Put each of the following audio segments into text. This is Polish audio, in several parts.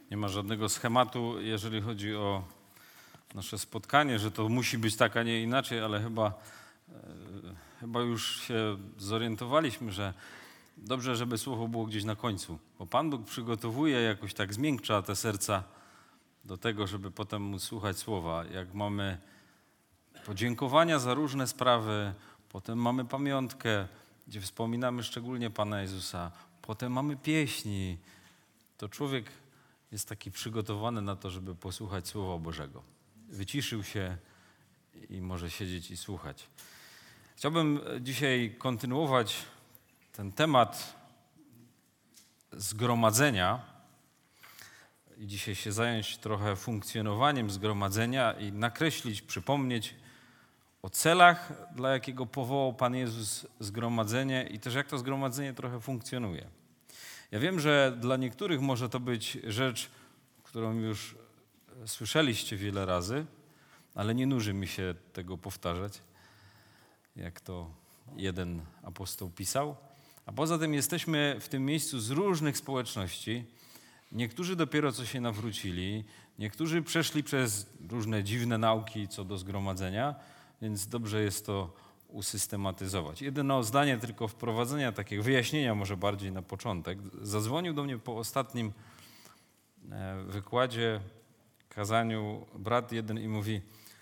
Nie ma żadnego schematu, jeżeli chodzi o nasze spotkanie, że to musi być tak, a nie inaczej, ale chyba już się zorientowaliśmy, że dobrze, żeby słowo było gdzieś na końcu, bo Pan Bóg przygotowuje, jakoś tak zmiękcza te serca do tego, żeby potem móc słuchać słowa. Jak mamy podziękowania za różne sprawy, potem mamy pamiątkę, gdzie wspominamy szczególnie Pana Jezusa, potem mamy pieśni, to człowiek jest taki przygotowany na to, żeby posłuchać Słowa Bożego. Wyciszył się i może siedzieć i słuchać. Chciałbym dzisiaj kontynuować ten temat zgromadzenia i dzisiaj się zająć trochę funkcjonowaniem zgromadzenia i nakreślić, przypomnieć o celach, dla jakiego powołał Pan Jezus zgromadzenie i też jak to zgromadzenie trochę funkcjonuje. Ja wiem, że dla niektórych może to być rzecz, którą już słyszeliście wiele razy, ale nie nuży mi się tego powtarzać, jak to jeden apostoł pisał. A poza tym jesteśmy w tym miejscu z różnych społeczności. Niektórzy dopiero co się nawrócili, niektórzy przeszli przez różne dziwne nauki co do zgromadzenia, więc dobrze jest to usystematyzować. Jedno zdanie tylko wprowadzenia, takiego wyjaśnienia może bardziej na początek. Zadzwonił do mnie po ostatnim wykładzie, kazaniu brat jeden i mówi: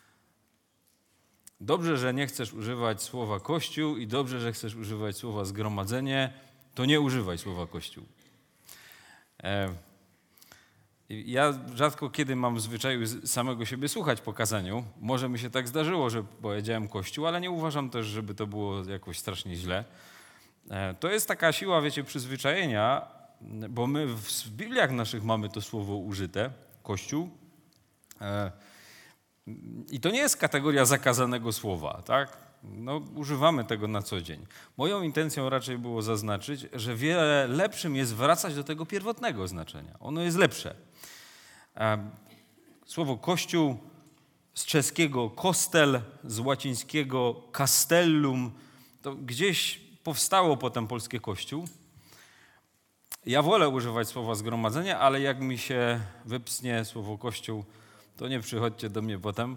dobrze, że nie chcesz używać słowa Kościół i dobrze, że chcesz używać słowa zgromadzenie, to nie używaj słowa Kościół. Ja rzadko kiedy mam w zwyczaju samego siebie słuchać po kazaniu. Może mi się tak zdarzyło, że powiedziałem Kościół, ale nie uważam też, żeby to było jakoś strasznie źle. To jest taka siła, wiecie, przyzwyczajenia, bo my w Bibliach naszych mamy to słowo użyte, Kościół. I to nie jest kategoria zakazanego słowa, tak? No, używamy tego na co dzień. Moją intencją raczej było zaznaczyć, że wiele lepszym jest wracać do tego pierwotnego znaczenia. Ono jest lepsze. Słowo Kościół z czeskiego kostel, z łacińskiego castellum, to gdzieś powstało potem polskie Kościół. Ja wolę używać słowa zgromadzenie, ale jak mi się wypsnie słowo Kościół, to nie przychodźcie do mnie potem.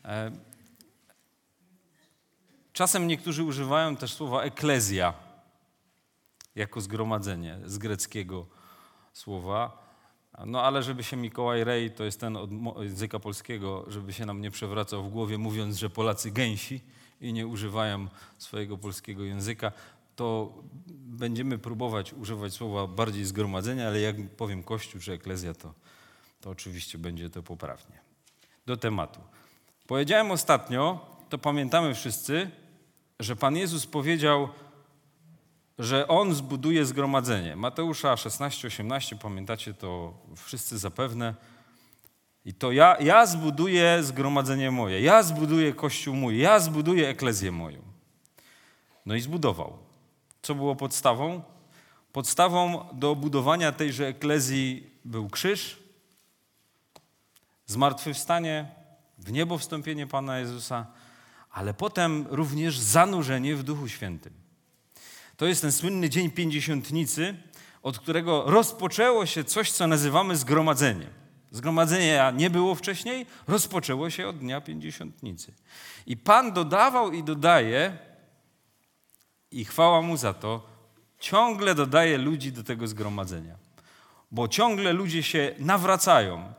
Czasem niektórzy używają też słowa eklezja jako zgromadzenie z greckiego słowa. No ale żeby się Mikołaj Rej, to jest ten od języka polskiego, żeby się nam nie przewracał w głowie mówiąc, że Polacy gęsi i nie używają swojego polskiego języka, to będziemy próbować używać słowa bardziej zgromadzenia, ale jak powiem Kościół czy eklezja, to oczywiście będzie to poprawnie. Do tematu. Powiedziałem ostatnio, to pamiętamy wszyscy, że Pan Jezus powiedział, że On zbuduje zgromadzenie. Mateusza 16-18, pamiętacie to wszyscy zapewne. I to ja zbuduję zgromadzenie moje, ja zbuduję Kościół mój, ja zbuduję eklezję moją. No i zbudował. Co było podstawą? Podstawą do budowania tejże eklezji był krzyż, zmartwychwstanie, w niebo wstąpienie Pana Jezusa, ale potem również zanurzenie w Duchu Świętym. To jest ten słynny dzień Pięćdziesiątnicy, od którego rozpoczęło się coś, co nazywamy zgromadzeniem. Zgromadzenia nie było wcześniej, rozpoczęło się od dnia Pięćdziesiątnicy. I Pan dodawał i dodaje, i chwała Mu za to, ciągle dodaje ludzi do tego zgromadzenia. Bo ciągle ludzie się nawracają,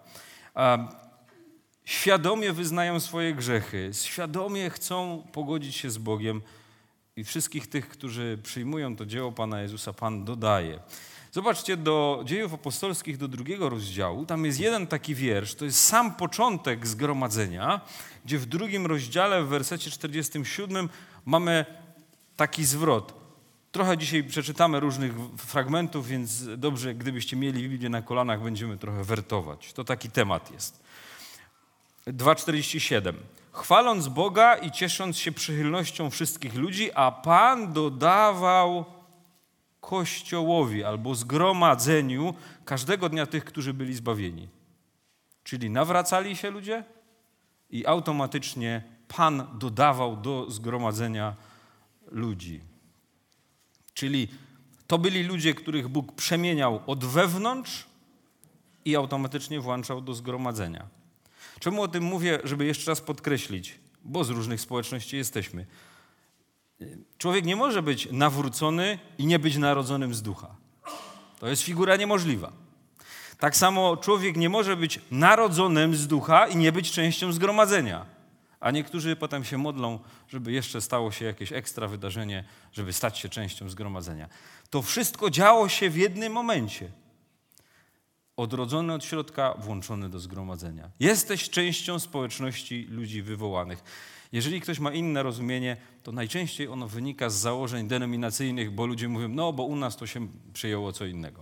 świadomie wyznają swoje grzechy, świadomie chcą pogodzić się z Bogiem i wszystkich tych, którzy przyjmują to dzieło Pana Jezusa, Pan dodaje. Zobaczcie, do Dziejów Apostolskich, do 2 rozdziału, tam jest jeden taki wiersz, to jest sam początek zgromadzenia, gdzie w 2 rozdziale, w wersecie 47 mamy taki zwrot. Trochę dzisiaj przeczytamy różnych fragmentów, więc dobrze, gdybyście mieli Biblię na kolanach, będziemy trochę wertować. To taki temat jest. 2:47. Chwaląc Boga i ciesząc się przychylnością wszystkich ludzi, a Pan dodawał Kościołowi albo zgromadzeniu każdego dnia tych, którzy byli zbawieni. Czyli nawracali się ludzie i automatycznie Pan dodawał do zgromadzenia ludzi. Czyli to byli ludzie, których Bóg przemieniał od wewnątrz i automatycznie włączał do zgromadzenia. Czemu o tym mówię? Żeby jeszcze raz podkreślić, bo z różnych społeczności jesteśmy. Człowiek nie może być nawrócony i nie być narodzonym z ducha. To jest figura niemożliwa. Tak samo człowiek nie może być narodzonym z ducha i nie być częścią zgromadzenia. A niektórzy potem się modlą, żeby jeszcze stało się jakieś ekstra wydarzenie, żeby stać się częścią zgromadzenia. To wszystko działo się w jednym momencie. Odrodzony od środka, włączony do zgromadzenia. Jesteś częścią społeczności ludzi wywołanych. Jeżeli ktoś ma inne rozumienie, to najczęściej ono wynika z założeń denominacyjnych, bo ludzie mówią, no bo u nas to się przyjęło co innego.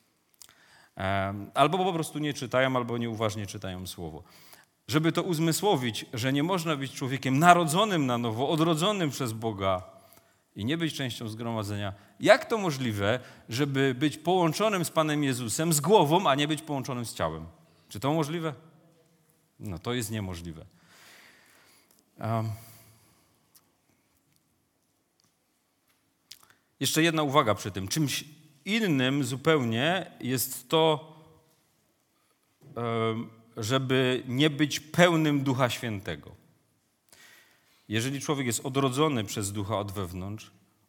Albo po prostu nie czytają, albo nieuważnie czytają słowo. Żeby to uzmysłowić, że nie można być człowiekiem narodzonym na nowo, odrodzonym przez Boga i nie być częścią zgromadzenia, jak to możliwe, żeby być połączonym z Panem Jezusem, z głową, a nie być połączonym z ciałem? Czy to możliwe? No to jest niemożliwe. Jeszcze jedna uwaga przy tym. Czymś innym zupełnie jest to, żeby nie być pełnym Ducha Świętego. Jeżeli człowiek jest odrodzony przez Ducha od wewnątrz,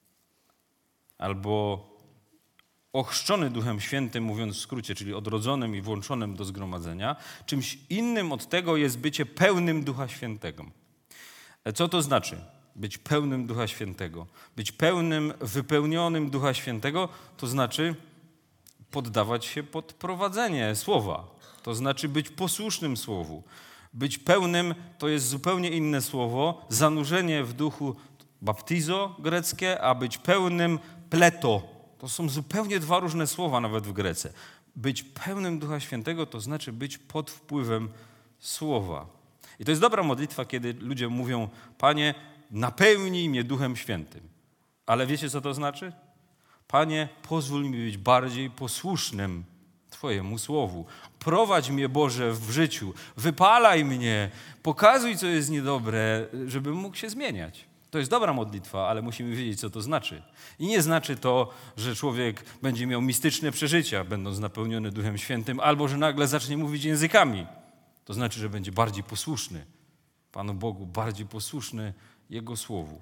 albo ochrzczony Duchem Świętym, mówiąc w skrócie, czyli odrodzonym i włączonym do zgromadzenia, czymś innym od tego jest bycie pełnym Ducha Świętego. Co to znaczy? Być pełnym Ducha Świętego. Być pełnym, wypełnionym Ducha Świętego, to znaczy poddawać się pod prowadzenie Słowa. To znaczy być posłusznym Słowu. Być pełnym to jest zupełnie inne słowo. Zanurzenie w duchu baptizo greckie, a być pełnym pleto. To są zupełnie dwa różne słowa nawet w Grece. Być pełnym Ducha Świętego to znaczy być pod wpływem Słowa. I to jest dobra modlitwa, kiedy ludzie mówią, Panie, napełnij mnie Duchem Świętym. Ale wiecie, co to znaczy? Panie, pozwól mi być bardziej posłusznym Twojemu Słowu. Prowadź mnie, Boże, w życiu. Wypalaj mnie. Pokazuj, co jest niedobre, żebym mógł się zmieniać. To jest dobra modlitwa, ale musimy wiedzieć, co to znaczy. I nie znaczy to, że człowiek będzie miał mistyczne przeżycia, będąc napełniony Duchem Świętym, albo że nagle zacznie mówić językami. To znaczy, że będzie bardziej posłuszny Panu Bogu, bardziej posłuszny Jego Słowu.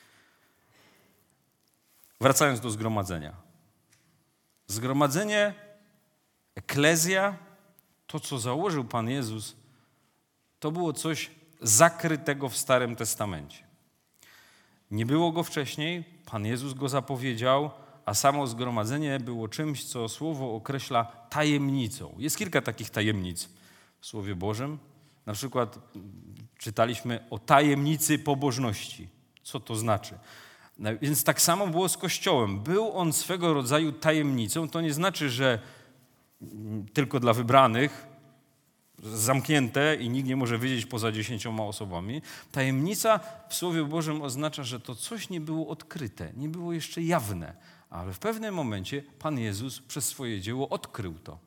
Wracając do zgromadzenia. Zgromadzenie, eklezja, to co założył Pan Jezus, to było coś zakrytego w Starym Testamencie. Nie było go wcześniej, Pan Jezus go zapowiedział, a samo zgromadzenie było czymś, co Słowo określa tajemnicą. Jest kilka takich tajemnic w Słowie Bożym. Na przykład czytaliśmy o tajemnicy pobożności. Co to znaczy? Więc tak samo było z Kościołem. Był on swego rodzaju tajemnicą. To nie znaczy, że tylko dla wybranych, zamknięte i nikt nie może wiedzieć poza 10 osobami. Tajemnica w Słowie Bożym oznacza, że to coś nie było odkryte, nie było jeszcze jawne, ale w pewnym momencie Pan Jezus przez swoje dzieło odkrył to.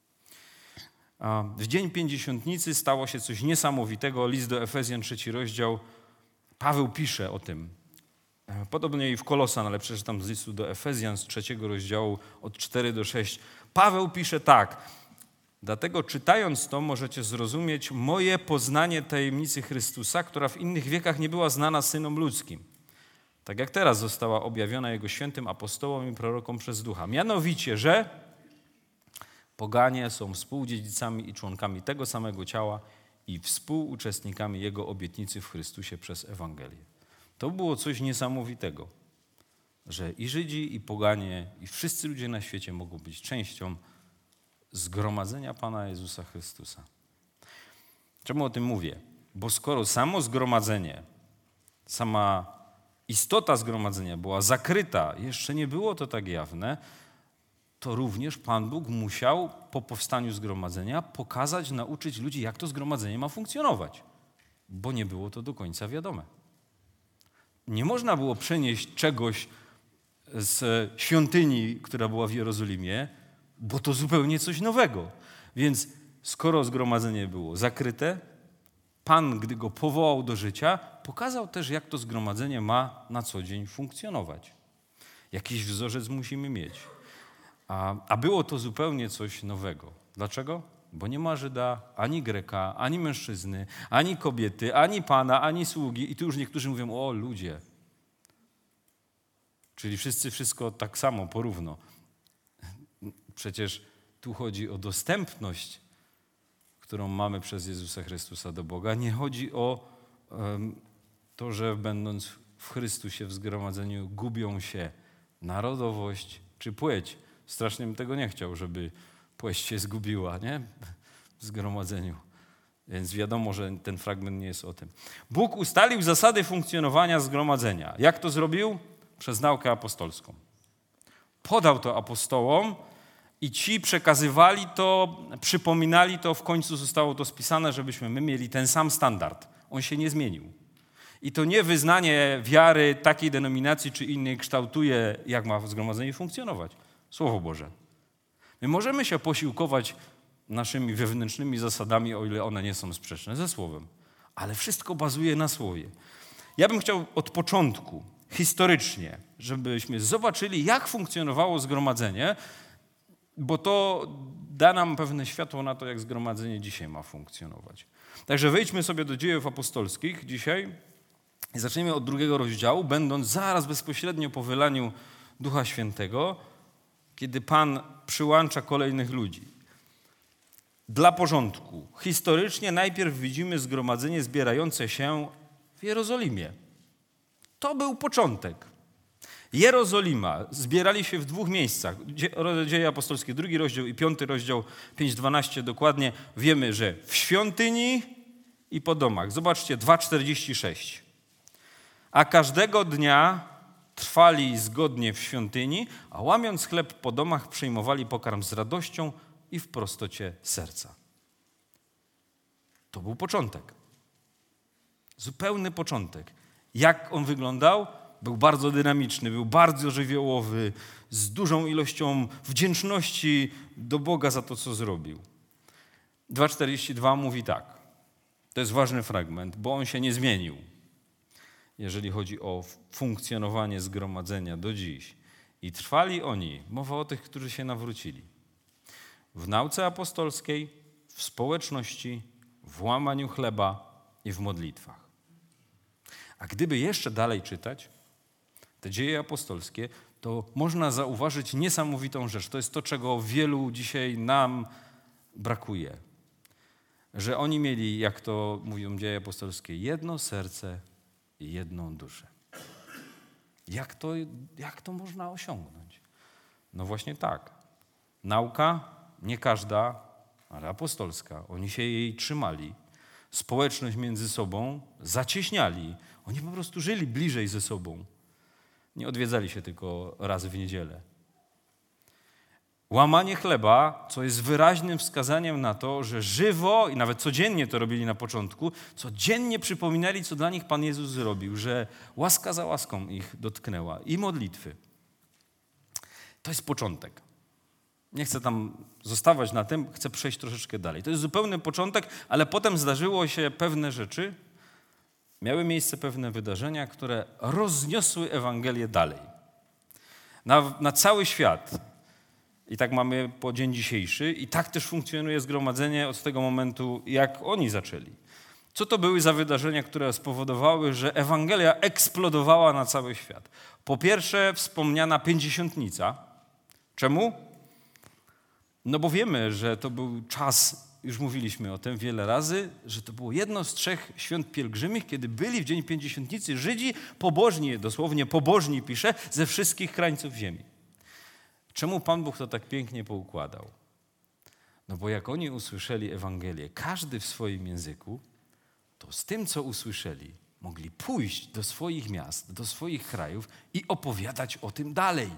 W Dzień Pięćdziesiątnicy stało się coś niesamowitego. List do Efezjan, 3 rozdział. Paweł pisze o tym. Podobnie i w Kolosan, ale przeczytam z listu do Efezjan z 3 rozdziału od 4 do 6. Paweł pisze tak. Dlatego czytając to możecie zrozumieć moje poznanie tajemnicy Chrystusa, która w innych wiekach nie była znana synom ludzkim. Tak jak teraz została objawiona Jego świętym apostołom i prorokom przez Ducha. Mianowicie, że poganie są współdziedzicami i członkami tego samego ciała i współuczestnikami Jego obietnicy w Chrystusie przez Ewangelię. To było coś niesamowitego, że i Żydzi, i poganie, i wszyscy ludzie na świecie mogą być częścią zgromadzenia Pana Jezusa Chrystusa. Czemu o tym mówię? Bo skoro samo zgromadzenie, sama istota zgromadzenia była zakryta, jeszcze nie było to tak jawne, to również Pan Bóg musiał po powstaniu zgromadzenia pokazać, nauczyć ludzi, jak to zgromadzenie ma funkcjonować, bo nie było to do końca wiadome. Nie można było przenieść czegoś z świątyni, która była w Jerozolimie, bo to zupełnie coś nowego. Więc skoro zgromadzenie było zakryte, Pan, gdy go powołał do życia, pokazał też, jak to zgromadzenie ma na co dzień funkcjonować. Jakiś wzorzec musimy mieć. A było to zupełnie coś nowego. Dlaczego? Bo nie ma Żyda, ani Greka, ani mężczyzny, ani kobiety, ani pana, ani sługi. I tu już niektórzy mówią, o ludzie. Czyli wszyscy wszystko tak samo, porówno. Przecież tu chodzi o dostępność, którą mamy przez Jezusa Chrystusa do Boga. Nie chodzi o to, że będąc w Chrystusie w zgromadzeniu gubią się narodowość czy płeć. Strasznie bym tego nie chciał, żeby płeć się zgubiła, nie? W zgromadzeniu. Więc wiadomo, że ten fragment nie jest o tym. Bóg ustalił zasady funkcjonowania zgromadzenia. Jak to zrobił? Przez naukę apostolską. Podał to apostołom i ci przekazywali to, przypominali to, w końcu zostało to spisane, żebyśmy my mieli ten sam standard. On się nie zmienił. I to nie wyznanie wiary takiej denominacji czy innej kształtuje, jak ma zgromadzenie funkcjonować. Słowo Boże. My możemy się posiłkować naszymi wewnętrznymi zasadami, o ile one nie są sprzeczne ze Słowem. Ale wszystko bazuje na Słowie. Ja bym chciał od początku, historycznie, żebyśmy zobaczyli, jak funkcjonowało zgromadzenie, bo to da nam pewne światło na to, jak zgromadzenie dzisiaj ma funkcjonować. Także wejdźmy sobie do Dziejów Apostolskich dzisiaj i zacznijmy od 2 rozdziału, będąc zaraz bezpośrednio po wylaniu Ducha Świętego, kiedy Pan przyłącza kolejnych ludzi. Dla porządku, historycznie najpierw widzimy zgromadzenie zbierające się w Jerozolimie. To był początek. Jerozolima. Zbierali się w 2 miejscach. Dzieje apostolskie, 2 rozdział i 5 rozdział, 5:12 dokładnie. Wiemy, że w świątyni i po domach. Zobaczcie, 2:46. A każdego dnia trwali zgodnie w świątyni, a łamiąc chleb po domach przyjmowali pokarm z radością i w prostocie serca. To był początek. Zupełny początek. Jak on wyglądał? Był bardzo dynamiczny, był bardzo żywiołowy, z dużą ilością wdzięczności do Boga za to, co zrobił. 2:42 mówi tak. To jest ważny fragment, bo on się nie zmienił, jeżeli chodzi o funkcjonowanie zgromadzenia do dziś. I trwali oni, mowa o tych, którzy się nawrócili, w nauce apostolskiej, w społeczności, w łamaniu chleba i w modlitwach. A gdyby jeszcze dalej czytać te dzieje apostolskie, to można zauważyć niesamowitą rzecz. To jest to, czego wielu dzisiaj nam brakuje. Że oni mieli, jak to mówią dzieje apostolskie, jedno serce i jedną duszę. Jak to można osiągnąć? No właśnie tak. Nauka, nie każda, ale apostolska. Oni się jej trzymali. Społeczność między sobą zacieśniali. Oni po prostu żyli bliżej ze sobą. Nie odwiedzali się tylko raz w niedzielę. Łamanie chleba, co jest wyraźnym wskazaniem na to, że żywo i nawet codziennie to robili na początku, codziennie przypominali, co dla nich Pan Jezus zrobił, że łaska za łaską ich dotknęła i modlitwy. To jest początek. Nie chcę tam zostawać na tym, chcę przejść troszeczkę dalej. To jest zupełny początek, ale potem zdarzyło się pewne rzeczy, miały miejsce pewne wydarzenia, które rozniosły Ewangelię dalej. Na cały świat. I tak mamy po dzień dzisiejszy i tak też funkcjonuje zgromadzenie od tego momentu, jak oni zaczęli. Co to były za wydarzenia, które spowodowały, że Ewangelia eksplodowała na cały świat? Po pierwsze, wspomniana Pięćdziesiątnica. Czemu? No bo wiemy, że to był czas, już mówiliśmy o tym wiele razy, że to było jedno z 3 świąt pielgrzymich, kiedy byli w dzień Pięćdziesiątnicy Żydzi pobożni, dosłownie pobożni pisze, ze wszystkich krańców ziemi. Czemu Pan Bóg to tak pięknie poukładał? No bo jak oni usłyszeli Ewangelię, każdy w swoim języku, to z tym, co usłyszeli, mogli pójść do swoich miast, do swoich krajów i opowiadać o tym dalej.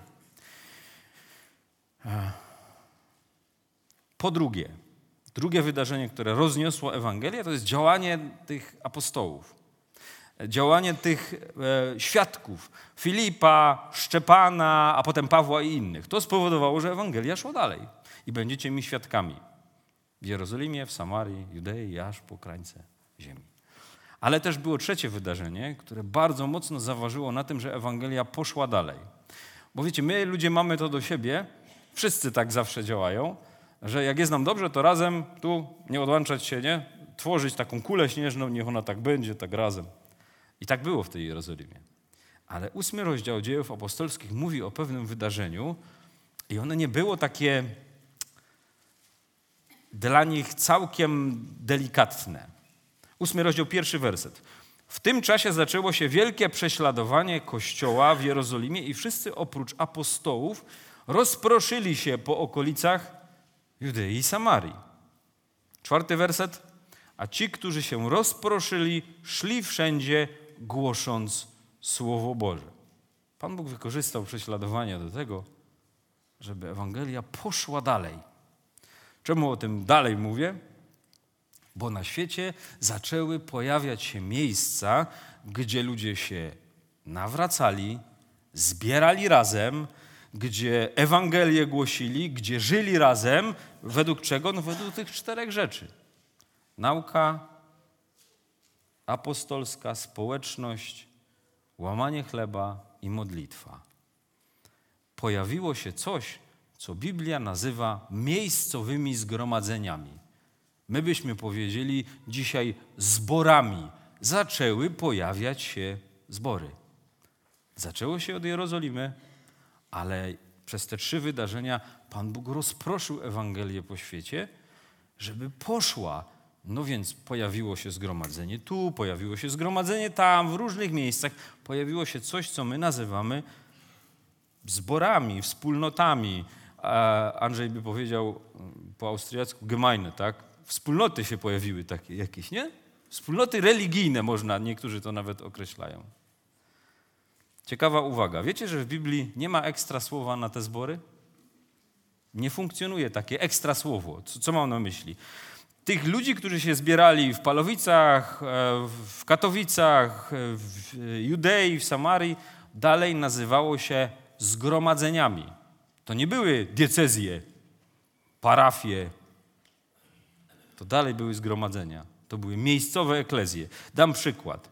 Po drugie, drugie wydarzenie, które rozniosło Ewangelię, to jest działanie tych apostołów. Działanie tych świadków, Filipa, Szczepana, a potem Pawła i innych. To spowodowało, że Ewangelia szła dalej. I będziecie mi świadkami w Jerozolimie, w Samarii, Judei, aż po krańce ziemi. Ale też było trzecie wydarzenie, które bardzo mocno zaważyło na tym, że Ewangelia poszła dalej. Bo wiecie, my ludzie mamy to do siebie, wszyscy tak zawsze działają, że jak jest nam dobrze, to razem tu nie odłączać się, nie? Tworzyć taką kulę śnieżną, niech ona tak będzie, tak razem. I tak było w tej Jerozolimie. Ale 8 rozdział Dziejów Apostolskich mówi o pewnym wydarzeniu i ono nie było takie dla nich całkiem delikatne. 8 rozdział, 1 werset. W tym czasie zaczęło się wielkie prześladowanie Kościoła w Jerozolimie i wszyscy oprócz apostołów rozproszyli się po okolicach Judei i Samarii. 4 werset. A ci, którzy się rozproszyli, szli wszędzie, głosząc Słowo Boże. Pan Bóg wykorzystał prześladowania do tego, żeby Ewangelia poszła dalej. Czemu o tym dalej mówię? Bo na świecie zaczęły pojawiać się miejsca, gdzie ludzie się nawracali, zbierali razem, gdzie Ewangelię głosili, gdzie żyli razem. Według czego? No według tych 4 rzeczy. Nauka apostolska, społeczność, łamanie chleba i modlitwa. Pojawiło się coś, co Biblia nazywa miejscowymi zgromadzeniami. My byśmy powiedzieli dzisiaj zborami. Zaczęły pojawiać się zbory. Zaczęło się od Jerozolimy, ale przez te 3 wydarzenia Pan Bóg rozproszył Ewangelię po świecie, żeby poszła. No więc pojawiło się zgromadzenie tu, pojawiło się zgromadzenie tam, w różnych miejscach. Pojawiło się coś, co my nazywamy zborami, wspólnotami. Andrzej by powiedział po austriacku Gemeinde, tak? Wspólnoty się pojawiły takie jakieś, nie? Wspólnoty religijne można, niektórzy to nawet określają. Ciekawa uwaga. Wiecie, że w Biblii nie ma ekstra słowa na te zbory? Nie funkcjonuje takie ekstra słowo. Co mam na myśli? Tych ludzi, którzy się zbierali w Palowicach, w Katowicach, w Judei, w Samarii, dalej nazywało się zgromadzeniami. To nie były diecezje, parafie. To dalej były zgromadzenia. To były miejscowe eklezje. Dam przykład.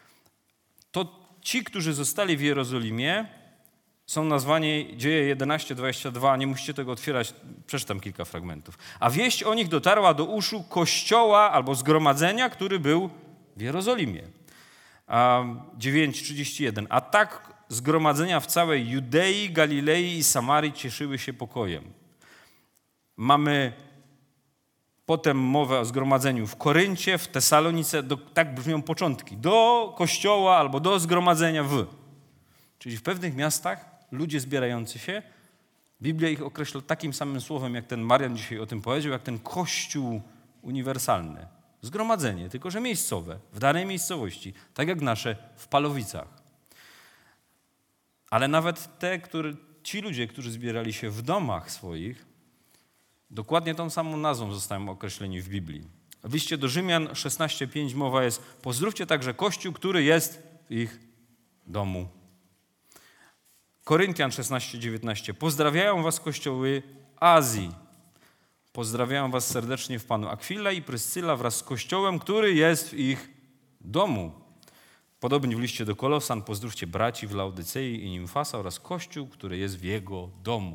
To ci, którzy zostali w Jerozolimie, są nazwani Dzieje 11:22. Nie musicie tego otwierać, przeczytam kilka fragmentów. A wieść o nich dotarła do uszu kościoła albo zgromadzenia, który był w Jerozolimie. 9:31. A tak zgromadzenia w całej Judei, Galilei i Samarii cieszyły się pokojem. Mamy potem mowę o zgromadzeniu w Koryncie, w Tesalonice, tak brzmią początki, do kościoła albo do zgromadzenia w. Czyli w pewnych miastach ludzie zbierający się, Biblia ich określa takim samym słowem, jak ten Marian dzisiaj o tym powiedział, jak ten kościół uniwersalny. Zgromadzenie, tylko że miejscowe, w danej miejscowości, tak jak nasze w Palowicach. Ale nawet ci ludzie, którzy zbierali się w domach swoich, dokładnie tą samą nazwą zostają określeni w Biblii. W liście do Rzymian 16:5 mowa jest: pozdrówcie także Kościół, który jest w ich domu. Koryntian 16:19. Pozdrawiają was kościoły Azji. Pozdrawiają was serdecznie w Panu Akwila i Pryscyla wraz z kościołem, który jest w ich domu. Podobnie w liście do Kolosan: pozdrówcie braci w Laodycei i Nimfasa oraz kościół, który jest w jego domu.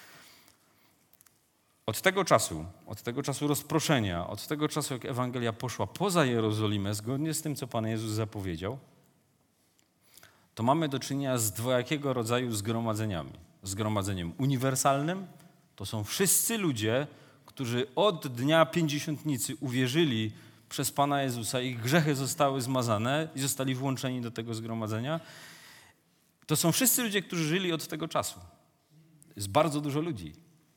Od tego czasu rozproszenia, od tego czasu, jak Ewangelia poszła poza Jerozolimę, zgodnie z tym, co Pan Jezus zapowiedział, to mamy do czynienia z dwojakiego rodzaju zgromadzeniami. Zgromadzeniem uniwersalnym, to są wszyscy ludzie, którzy od dnia pięćdziesiątnicy uwierzyli przez Pana Jezusa, ich grzechy zostały zmazane i zostali włączeni do tego zgromadzenia. To są wszyscy ludzie, którzy żyli od tego czasu. Jest bardzo dużo ludzi.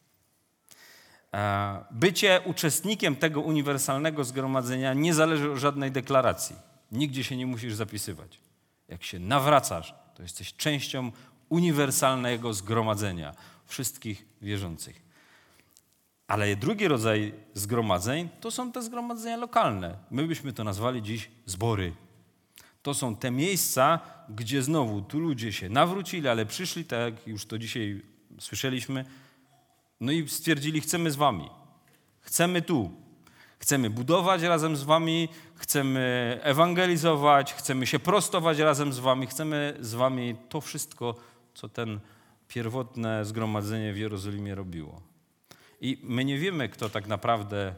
Bycie uczestnikiem tego uniwersalnego zgromadzenia nie zależy od żadnej deklaracji. Nigdzie się nie musisz zapisywać. Jak się nawracasz, to jesteś częścią uniwersalnego zgromadzenia wszystkich wierzących. Ale drugi rodzaj zgromadzeń to są te zgromadzenia lokalne. My byśmy to nazwali dziś zbory. To są te miejsca, gdzie znowu tu ludzie się nawrócili, ale przyszli, tak jak już to dzisiaj słyszeliśmy, no i stwierdzili: chcemy z wami, chcemy tu, chcemy budować razem z wami, chcemy ewangelizować, chcemy się prostować razem z wami, chcemy z wami to wszystko, co ten pierwotne zgromadzenie w Jerozolimie robiło. I my nie wiemy, kto tak naprawdę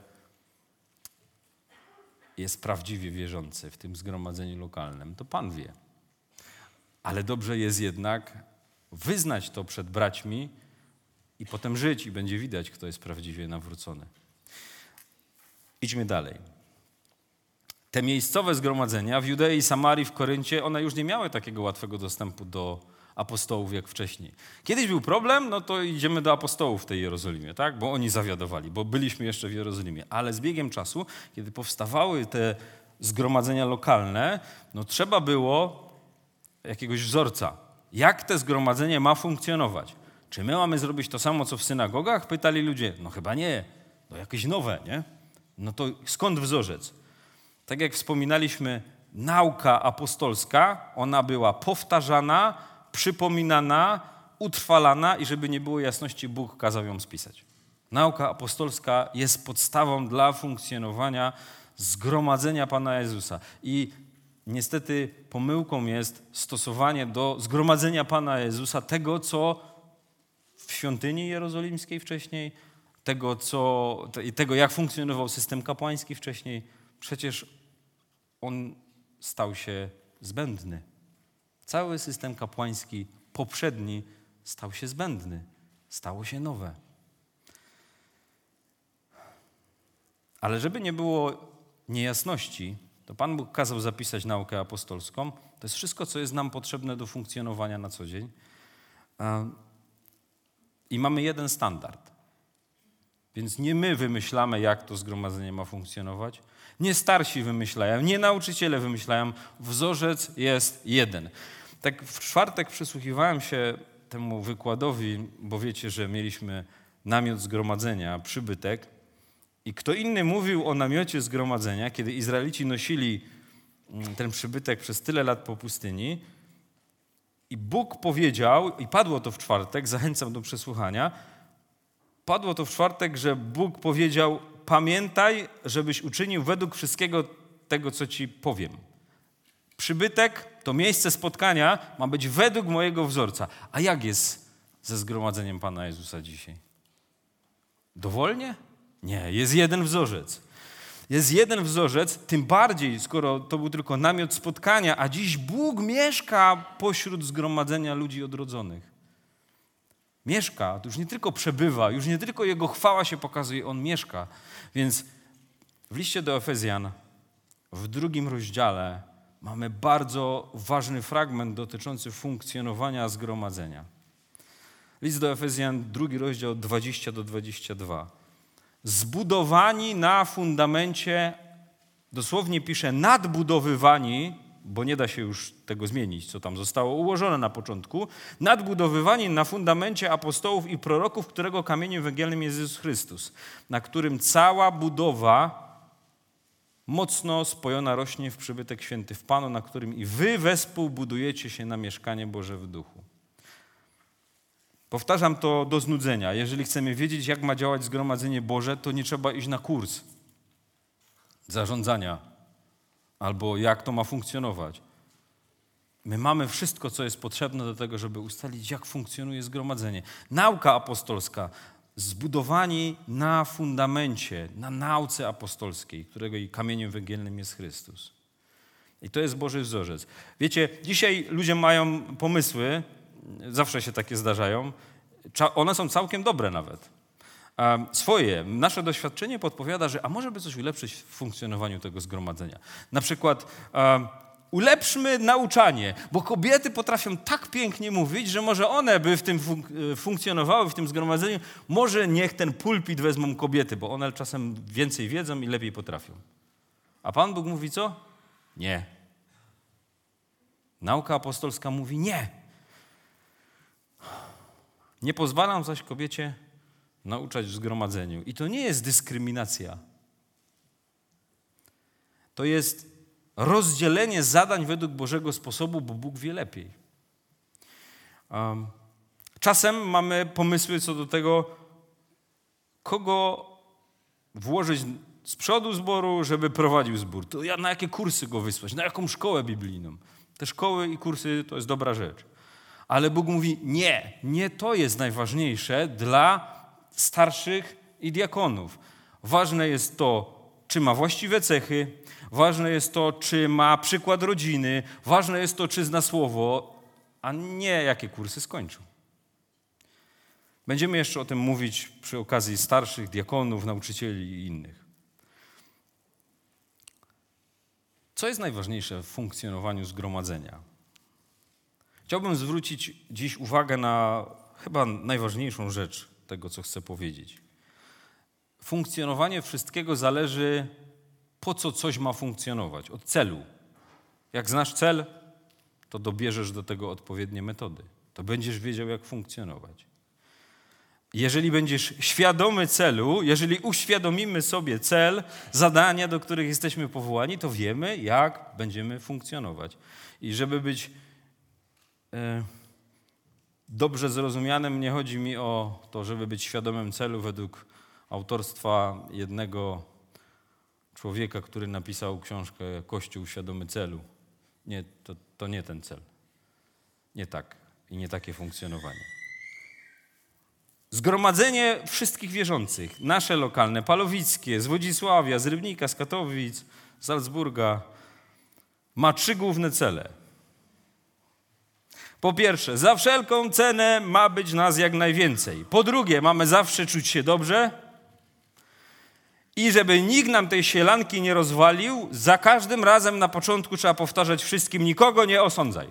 jest prawdziwie wierzący w tym zgromadzeniu lokalnym. To Pan wie. Ale dobrze jest jednak wyznać to przed braćmi i potem żyć i będzie widać, kto jest prawdziwie nawrócony. Idźmy dalej. Te miejscowe zgromadzenia w Judei, Samarii, w Koryncie, one już nie miały takiego łatwego dostępu do apostołów jak wcześniej. Kiedyś był problem, no to idziemy do apostołów w tej Jerozolimie, tak? Bo oni zawiadowali, bo byliśmy jeszcze w Jerozolimie. Ale z biegiem czasu, kiedy powstawały te zgromadzenia lokalne, no trzeba było jakiegoś wzorca. Jak to zgromadzenie ma funkcjonować? Czy my mamy zrobić to samo, co w synagogach? Pytali ludzie. No chyba nie. No jakieś nowe, nie? No to skąd wzorzec? Tak jak wspominaliśmy, nauka apostolska, ona była powtarzana, przypominana, utrwalana i żeby nie było jasności, Bóg kazał ją spisać. Nauka apostolska jest podstawą dla funkcjonowania zgromadzenia Pana Jezusa. I niestety pomyłką jest stosowanie do zgromadzenia Pana Jezusa tego, co w świątyni jerozolimskiej wcześniej, tego jak funkcjonował system kapłański wcześniej. Przecież on stał się zbędny. Cały system kapłański poprzedni stał się zbędny. Stało się nowe. Ale żeby nie było niejasności, to Pan Bóg kazał zapisać naukę apostolską. To jest wszystko, co jest nam potrzebne do funkcjonowania na co dzień. I mamy jeden standard. Więc nie my wymyślamy, jak to zgromadzenie ma funkcjonować. Nie starsi wymyślają, nie nauczyciele wymyślają. Wzorzec jest jeden. Tak w czwartek przysłuchiwałem się temu wykładowi, bo wiecie, że mieliśmy namiot zgromadzenia, przybytek. I kto inny mówił o namiocie zgromadzenia, kiedy Izraelici nosili ten przybytek przez tyle lat po pustyni. I Bóg powiedział, i padło to w czwartek, zachęcam do przesłuchania, padło to w czwartek, że Bóg powiedział: pamiętaj, żebyś uczynił według wszystkiego tego, co ci powiem. Przybytek, to miejsce spotkania ma być według mojego wzorca. A jak jest ze zgromadzeniem Pana Jezusa dzisiaj? Dowolnie? Nie, jest jeden wzorzec. Jest jeden wzorzec, tym bardziej, skoro to był tylko namiot spotkania, a dziś Bóg mieszka pośród zgromadzenia ludzi odrodzonych. Mieszka, to już nie tylko przebywa, już nie tylko Jego chwała się pokazuje, On mieszka. Więc w liście do Efezjan, w 2 rozdziale, mamy bardzo ważny fragment dotyczący funkcjonowania zgromadzenia. List do Efezjan, 2 rozdział 20-22. Zbudowani na fundamencie, dosłownie pisze nadbudowywani, bo nie da się już tego zmienić, co tam zostało ułożone na początku, nadbudowywani na fundamencie apostołów i proroków, którego kamieniem węgielnym jest Jezus Chrystus, na którym cała budowa mocno spojona rośnie w przybytek święty w Panu, na którym i wy wespół budujecie się na mieszkanie Boże w duchu. Powtarzam to do znudzenia. Jeżeli chcemy wiedzieć, jak ma działać zgromadzenie Boże, to nie trzeba iść na kurs zarządzania albo jak to ma funkcjonować. My mamy wszystko, co jest potrzebne do tego, żeby ustalić, jak funkcjonuje zgromadzenie. Nauka apostolska, zbudowani na fundamencie, na nauce apostolskiej, którego i kamieniem węgielnym jest Chrystus. I to jest Boży wzorzec. Wiecie, dzisiaj ludzie mają pomysły, zawsze się takie zdarzają, one są całkiem dobre nawet. Swoje. Nasze doświadczenie podpowiada, że a może by coś ulepszyć w funkcjonowaniu tego zgromadzenia. Na przykład ulepszmy nauczanie, bo kobiety potrafią tak pięknie mówić, że może one by w tym funkcjonowały, w tym zgromadzeniu, może niech ten pulpit wezmą kobiety, bo one czasem więcej wiedzą i lepiej potrafią. A Pan Bóg mówi co? Nie. Nauka apostolska mówi nie. Nie pozwalam zaś kobiecie nauczać w zgromadzeniu. I to nie jest dyskryminacja. To jest rozdzielenie zadań według Bożego sposobu, bo Bóg wie lepiej. Czasem mamy pomysły co do tego, kogo włożyć z przodu zboru, żeby prowadził zbór. To na jakie kursy go wysłać, na jaką szkołę biblijną. Te szkoły i kursy to jest dobra rzecz. Ale Bóg mówi, nie to jest najważniejsze dla starszych i diakonów. Ważne jest to, czy ma właściwe cechy, ważne jest to, czy ma przykład rodziny, ważne jest to, czy zna słowo, a nie jakie kursy skończył. Będziemy jeszcze o tym mówić przy okazji starszych, diakonów, nauczycieli i innych. Co jest najważniejsze w funkcjonowaniu zgromadzenia? Chciałbym zwrócić dziś uwagę na chyba najważniejszą rzecz tego, co chcę powiedzieć. Funkcjonowanie wszystkiego zależy, po co coś ma funkcjonować, od celu. Jak znasz cel, to dobierzesz do tego odpowiednie metody. To będziesz wiedział, jak funkcjonować. Jeżeli będziesz świadomy celu, jeżeli uświadomimy sobie cel, zadania, do których jesteśmy powołani, to wiemy, jak będziemy funkcjonować. I żeby być dobrze zrozumianym, nie chodzi mi o to, żeby być świadomym celu według autorstwa jednego człowieka, który napisał książkę Kościół świadomy celu. Nie, to nie ten cel. Nie tak i nie takie funkcjonowanie. Zgromadzenie wszystkich wierzących, nasze lokalne, palowickie, z Wodzisławia, z Rybnika, z Katowic, z Salzburga, ma 3 główne cele. Po pierwsze, za wszelką cenę ma być nas jak najwięcej. Po drugie, mamy zawsze czuć się dobrze i żeby nikt nam tej sielanki nie rozwalił, za każdym razem na początku trzeba powtarzać wszystkim: nikogo nie osądzaj.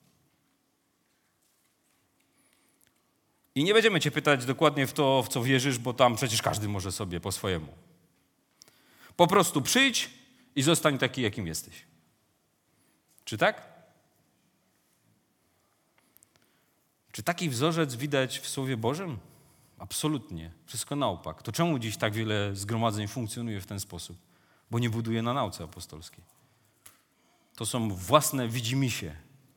I nie będziemy cię pytać dokładnie w to, w co wierzysz, bo tam przecież każdy może sobie po swojemu. Po prostu przyjdź i zostań taki, jakim jesteś. Czy tak? Czy taki wzorzec widać w Słowie Bożym? Absolutnie. Wszystko na opak. To czemu dziś tak wiele zgromadzeń funkcjonuje w ten sposób? Bo nie buduje na nauce apostolskiej. To są własne widzimisię.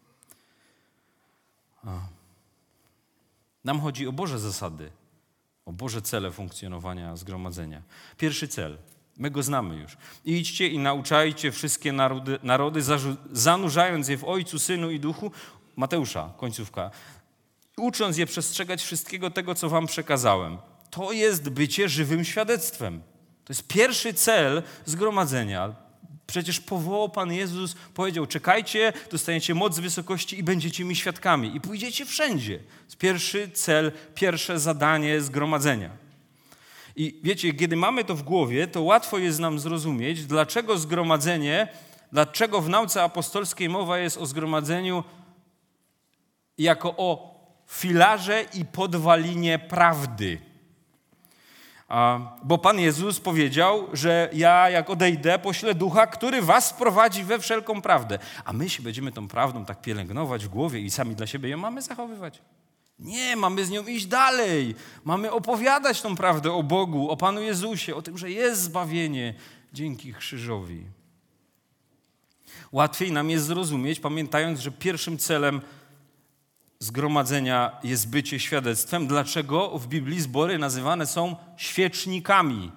Nam chodzi o Boże zasady, o Boże cele funkcjonowania zgromadzenia. Pierwszy cel, my go znamy już. Idźcie i nauczajcie wszystkie narody, zanurzając je w Ojcu, Synu i Duchu. Mateusza, końcówka. Ucząc je przestrzegać wszystkiego tego, co wam przekazałem. To jest bycie żywym świadectwem. To jest pierwszy cel zgromadzenia. Przecież powołał Pan Jezus, powiedział: czekajcie, dostaniecie moc z wysokości i będziecie mi świadkami. I pójdziecie wszędzie. To jest pierwszy cel, pierwsze zadanie zgromadzenia. I wiecie, kiedy mamy to w głowie, to łatwo jest nam zrozumieć, dlaczego zgromadzenie, dlaczego w nauce apostolskiej mowa jest o zgromadzeniu jako o filarze i podwalinie prawdy. Bo Pan Jezus powiedział, że ja jak odejdę, poślę Ducha, który was wprowadzi we wszelką prawdę. A my się będziemy tą prawdą tak pielęgnować w głowie i sami dla siebie ją mamy zachowywać. Nie, mamy z nią iść dalej. Mamy opowiadać tą prawdę o Bogu, o Panu Jezusie, o tym, że jest zbawienie dzięki krzyżowi. Łatwiej nam jest zrozumieć, pamiętając, że pierwszym celem zgromadzenia jest bycie świadectwem. Dlaczego w Biblii zbory nazywane są świecznikami?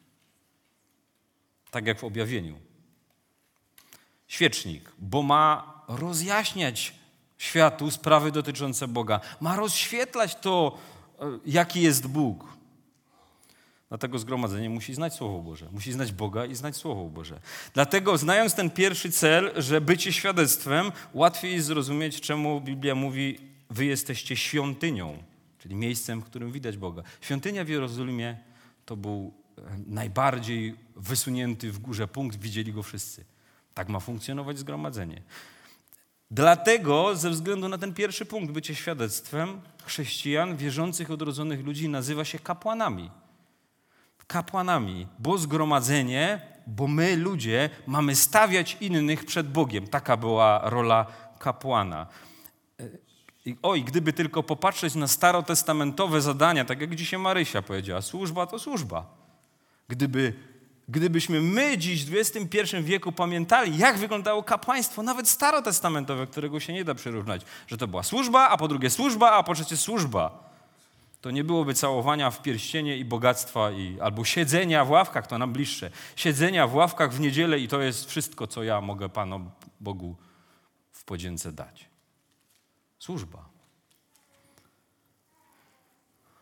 Tak jak w objawieniu. Świecznik, bo ma rozjaśniać światu sprawy dotyczące Boga. Ma rozświetlać to, jaki jest Bóg. Dlatego zgromadzenie musi znać Słowo Boże. Musi znać Boga i znać Słowo Boże. Dlatego, znając ten pierwszy cel, że bycie świadectwem, łatwiej jest zrozumieć, czemu Biblia mówi: wy jesteście świątynią, czyli miejscem, w którym widać Boga. Świątynia w Jerozolimie to był najbardziej wysunięty w górze punkt, widzieli go wszyscy. Tak ma funkcjonować zgromadzenie. Dlatego, ze względu na ten pierwszy punkt, bycie świadectwem, chrześcijan, wierzących, odrodzonych ludzi nazywa się kapłanami. Kapłanami, bo zgromadzenie, bo my, ludzie, mamy stawiać innych przed Bogiem. Taka była rola kapłana. I gdyby tylko popatrzeć na starotestamentowe zadania, tak jak dzisiaj Marysia powiedziała, służba to służba. Gdybyśmy my dziś w XXI wieku pamiętali, jak wyglądało kapłaństwo, nawet starotestamentowe, którego się nie da przyrównać, że to była służba, a po drugie służba, a po trzecie służba, to nie byłoby całowania w pierścienie i bogactwa, albo siedzenia w ławkach, to nam bliższe. Siedzenia w ławkach w niedzielę i to jest wszystko, co ja mogę Panu Bogu w podzięce dać. Służba.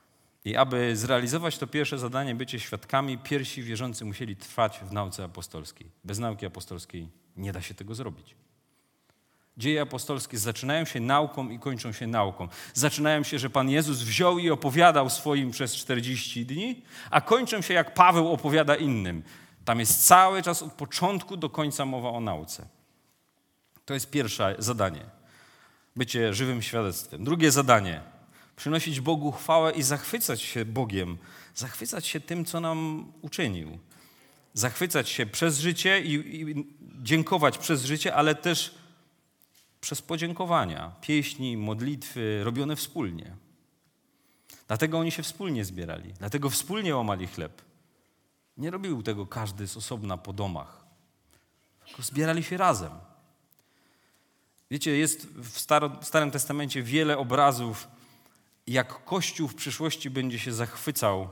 I aby zrealizować to pierwsze zadanie, bycie świadkami, pierwsi wierzący musieli trwać w nauce apostolskiej. Bez nauki apostolskiej nie da się tego zrobić. Dzieje apostolskie zaczynają się nauką i kończą się nauką. Zaczynają się, że Pan Jezus wziął i opowiadał swoim przez 40 dni, a kończą się, jak Paweł opowiada innym. Tam jest cały czas od początku do końca mowa o nauce. To jest pierwsze zadanie. Bycie żywym świadectwem. Drugie zadanie. Przynosić Bogu chwałę i zachwycać się Bogiem. Zachwycać się tym, co nam uczynił. Zachwycać się przez życie i dziękować przez życie, ale też przez podziękowania. Pieśni, modlitwy robione wspólnie. Dlatego oni się wspólnie zbierali. Dlatego wspólnie łamali chleb. Nie robił tego każdy z osobna po domach. Tylko zbierali się razem. Wiecie, jest w Starym Testamencie wiele obrazów, jak Kościół w przyszłości będzie się zachwycał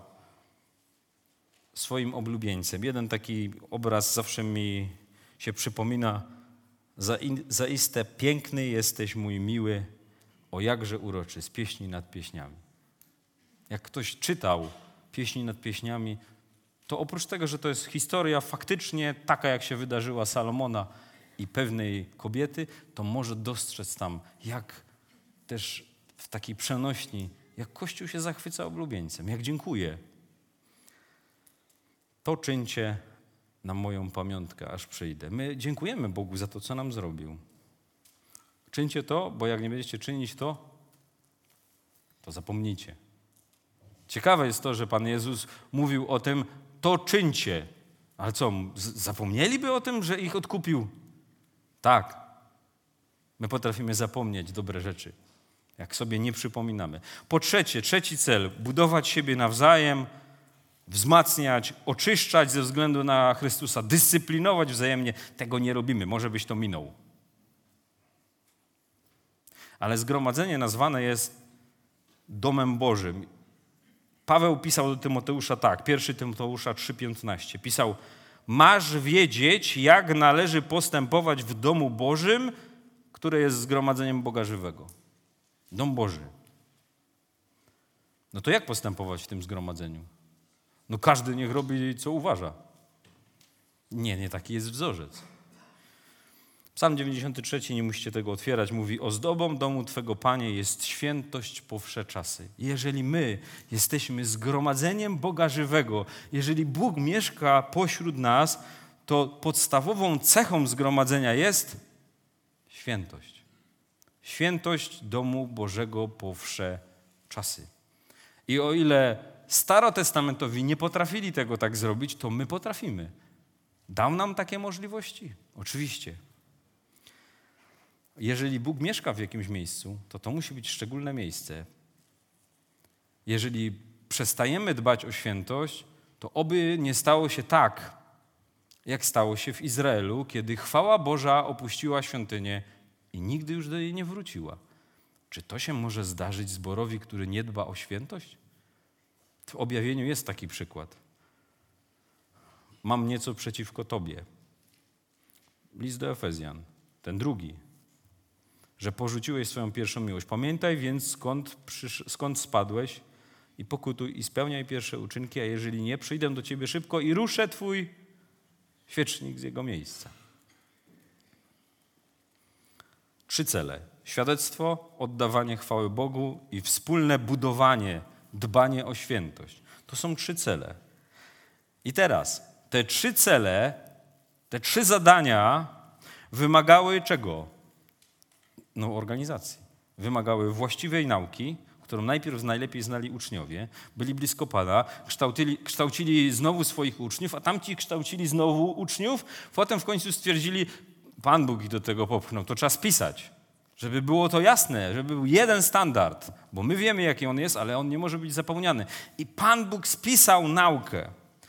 swoim oblubieńcem. Jeden taki obraz zawsze mi się przypomina. Zaiste piękny jesteś mój miły, o jakże uroczy, z pieśni nad pieśniami. Jak ktoś czytał pieśni nad pieśniami, to oprócz tego, że to jest historia faktycznie taka, jak się wydarzyła Salomona i pewnej kobiety, to może dostrzec tam, jak też w takiej przenośni, jak Kościół się zachwyca oblubieńcem, jak dziękuję. To czyńcie na moją pamiątkę, aż przyjdę. My dziękujemy Bogu za to, co nam zrobił. Czyńcie to, bo jak nie będziecie czynić to zapomnijcie. Ciekawe jest to, że Pan Jezus mówił o tym, to czyńcie. Ale co, zapomnieliby o tym, że ich odkupił? Tak. My potrafimy zapomnieć dobre rzeczy, jak sobie nie przypominamy. Po trzecie, trzeci cel, budować siebie nawzajem, wzmacniać, oczyszczać ze względu na Chrystusa, dyscyplinować wzajemnie. Tego nie robimy, może byś to minął. Ale zgromadzenie nazwane jest domem Bożym. Paweł pisał do Tymoteusza tak, 1 Tymoteusza 3,15. Pisał, masz wiedzieć, jak należy postępować w domu Bożym, które jest zgromadzeniem Boga żywego. Dom Boży. No to jak postępować w tym zgromadzeniu? No każdy niech robi, co uważa. Nie taki jest wzorzec. Psalm 93, nie musicie tego otwierać, mówi, ozdobą domu Twego, Panie, jest świętość po wsze czasy. Jeżeli my jesteśmy zgromadzeniem Boga żywego, jeżeli Bóg mieszka pośród nas, to podstawową cechą zgromadzenia jest świętość. Świętość domu Bożego po wsze czasy. I o ile starotestamentowi nie potrafili tego tak zrobić, to my potrafimy. Dał nam takie możliwości? Oczywiście. Jeżeli Bóg mieszka w jakimś miejscu, to musi być szczególne miejsce. Jeżeli przestajemy dbać o świętość, to oby nie stało się tak, jak stało się w Izraelu, kiedy chwała Boża opuściła świątynię i nigdy już do niej nie wróciła. Czy to się może zdarzyć zborowi, który nie dba o świętość? W objawieniu jest taki przykład. Mam nieco przeciwko tobie. List do Efezjan, ten drugi, że porzuciłeś swoją pierwszą miłość. Pamiętaj więc, skąd spadłeś i pokutuj i spełniaj pierwsze uczynki, a jeżeli nie, przyjdę do ciebie szybko i ruszę twój świecznik z jego miejsca. 3 cele. Świadectwo, oddawanie chwały Bogu i wspólne budowanie, dbanie o świętość. To są 3 cele. I teraz te 3 cele, te 3 zadania wymagały czego? No, organizacji. Wymagały właściwej nauki, którą najpierw najlepiej znali uczniowie, byli blisko Pana, kształcili znowu swoich uczniów, a tamci kształcili znowu uczniów, potem w końcu stwierdzili, Pan Bóg ich do tego popchnął, to trzeba spisać, żeby było to jasne, żeby był jeden standard, bo my wiemy, jaki on jest, ale on nie może być zapełniany. I Pan Bóg spisał naukę.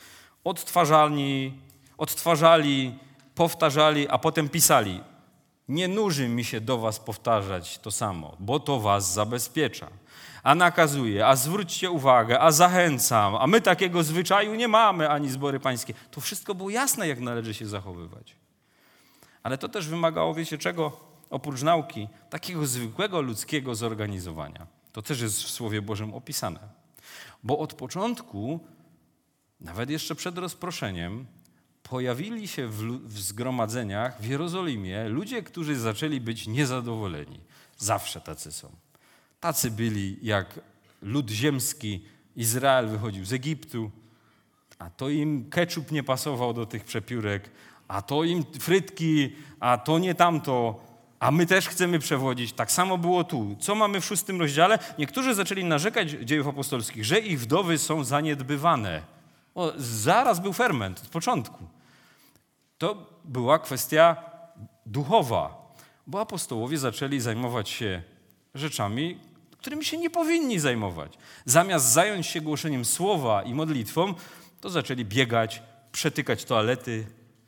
Odtwarzali, powtarzali, a potem pisali. Nie nuży mi się do was powtarzać to samo, bo to was zabezpiecza. A nakazuje, a zwróćcie uwagę, a zachęcam, a my takiego zwyczaju nie mamy, ani zbory pańskie. To wszystko było jasne, jak należy się zachowywać. Ale to też wymagało, wiecie czego? Oprócz nauki, takiego zwykłego ludzkiego zorganizowania. To też jest w Słowie Bożym opisane. Bo od początku, nawet jeszcze przed rozproszeniem, pojawili się w zgromadzeniach w Jerozolimie ludzie, którzy zaczęli być niezadowoleni. Zawsze tacy są. Tacy byli jak lud ziemski, Izrael wychodził z Egiptu, a to im ketchup nie pasował do tych przepiórek, a to im frytki, a to nie tamto, a my też chcemy przewodzić. Tak samo było tu. Co mamy w 6 rozdziale? Niektórzy zaczęli narzekać dziejów apostolskich, że ich wdowy są zaniedbywane. Zaraz był ferment od początku. To była kwestia duchowa, bo apostołowie zaczęli zajmować się rzeczami, którymi się nie powinni zajmować. Zamiast zająć się głoszeniem słowa i modlitwą, to zaczęli biegać, przetykać toalety,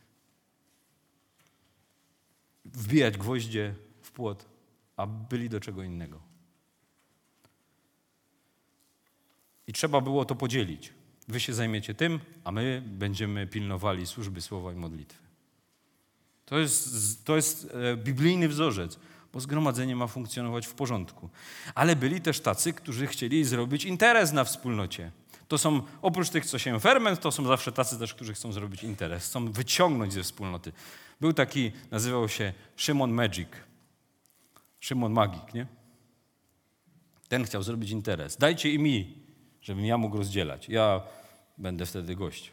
wbijać gwoździe w płot, a byli do czego innego. I trzeba było to podzielić. Wy się zajmiecie tym, a my będziemy pilnowali służby słowa i modlitwy. To jest biblijny wzorzec, bo zgromadzenie ma funkcjonować w porządku. Ale byli też tacy, którzy chcieli zrobić interes na wspólnocie. To są, oprócz tych, co się ferment, to są zawsze tacy też, którzy chcą zrobić interes, chcą wyciągnąć ze wspólnoty. Był taki, nazywał się Szymon Magic. Szymon Magik, nie? Ten chciał zrobić interes. Dajcie i mi, żebym ja mógł rozdzielać. Ja będę wtedy gość.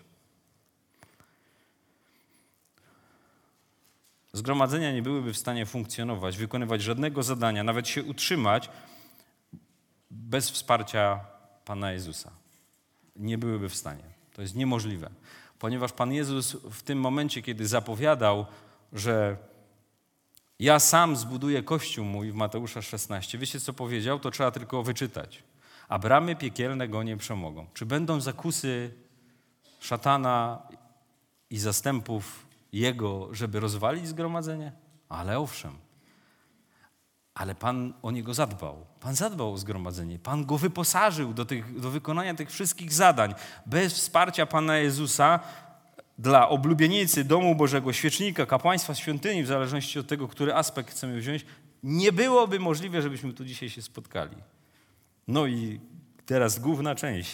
Zgromadzenia nie byłyby w stanie funkcjonować, wykonywać żadnego zadania, nawet się utrzymać bez wsparcia Pana Jezusa. Nie byłyby w stanie. To jest niemożliwe. Ponieważ Pan Jezus w tym momencie, kiedy zapowiadał, że ja sam zbuduję Kościół mój w Mateusza 16, wiecie co powiedział? To trzeba tylko wyczytać. A bramy piekielne go nie przemogą. Czy będą zakusy szatana i zastępów jego, żeby rozwalić zgromadzenie? Ale owszem. Ale Pan o niego zadbał. Pan zadbał o zgromadzenie. Pan go wyposażył do wykonania tych wszystkich zadań. Bez wsparcia Pana Jezusa dla oblubienicy domu Bożego, świecznika, kapłaństwa, świątyni, w zależności od tego, który aspekt chcemy wziąć, nie byłoby możliwe, żebyśmy tu dzisiaj się spotkali. No i teraz główna część.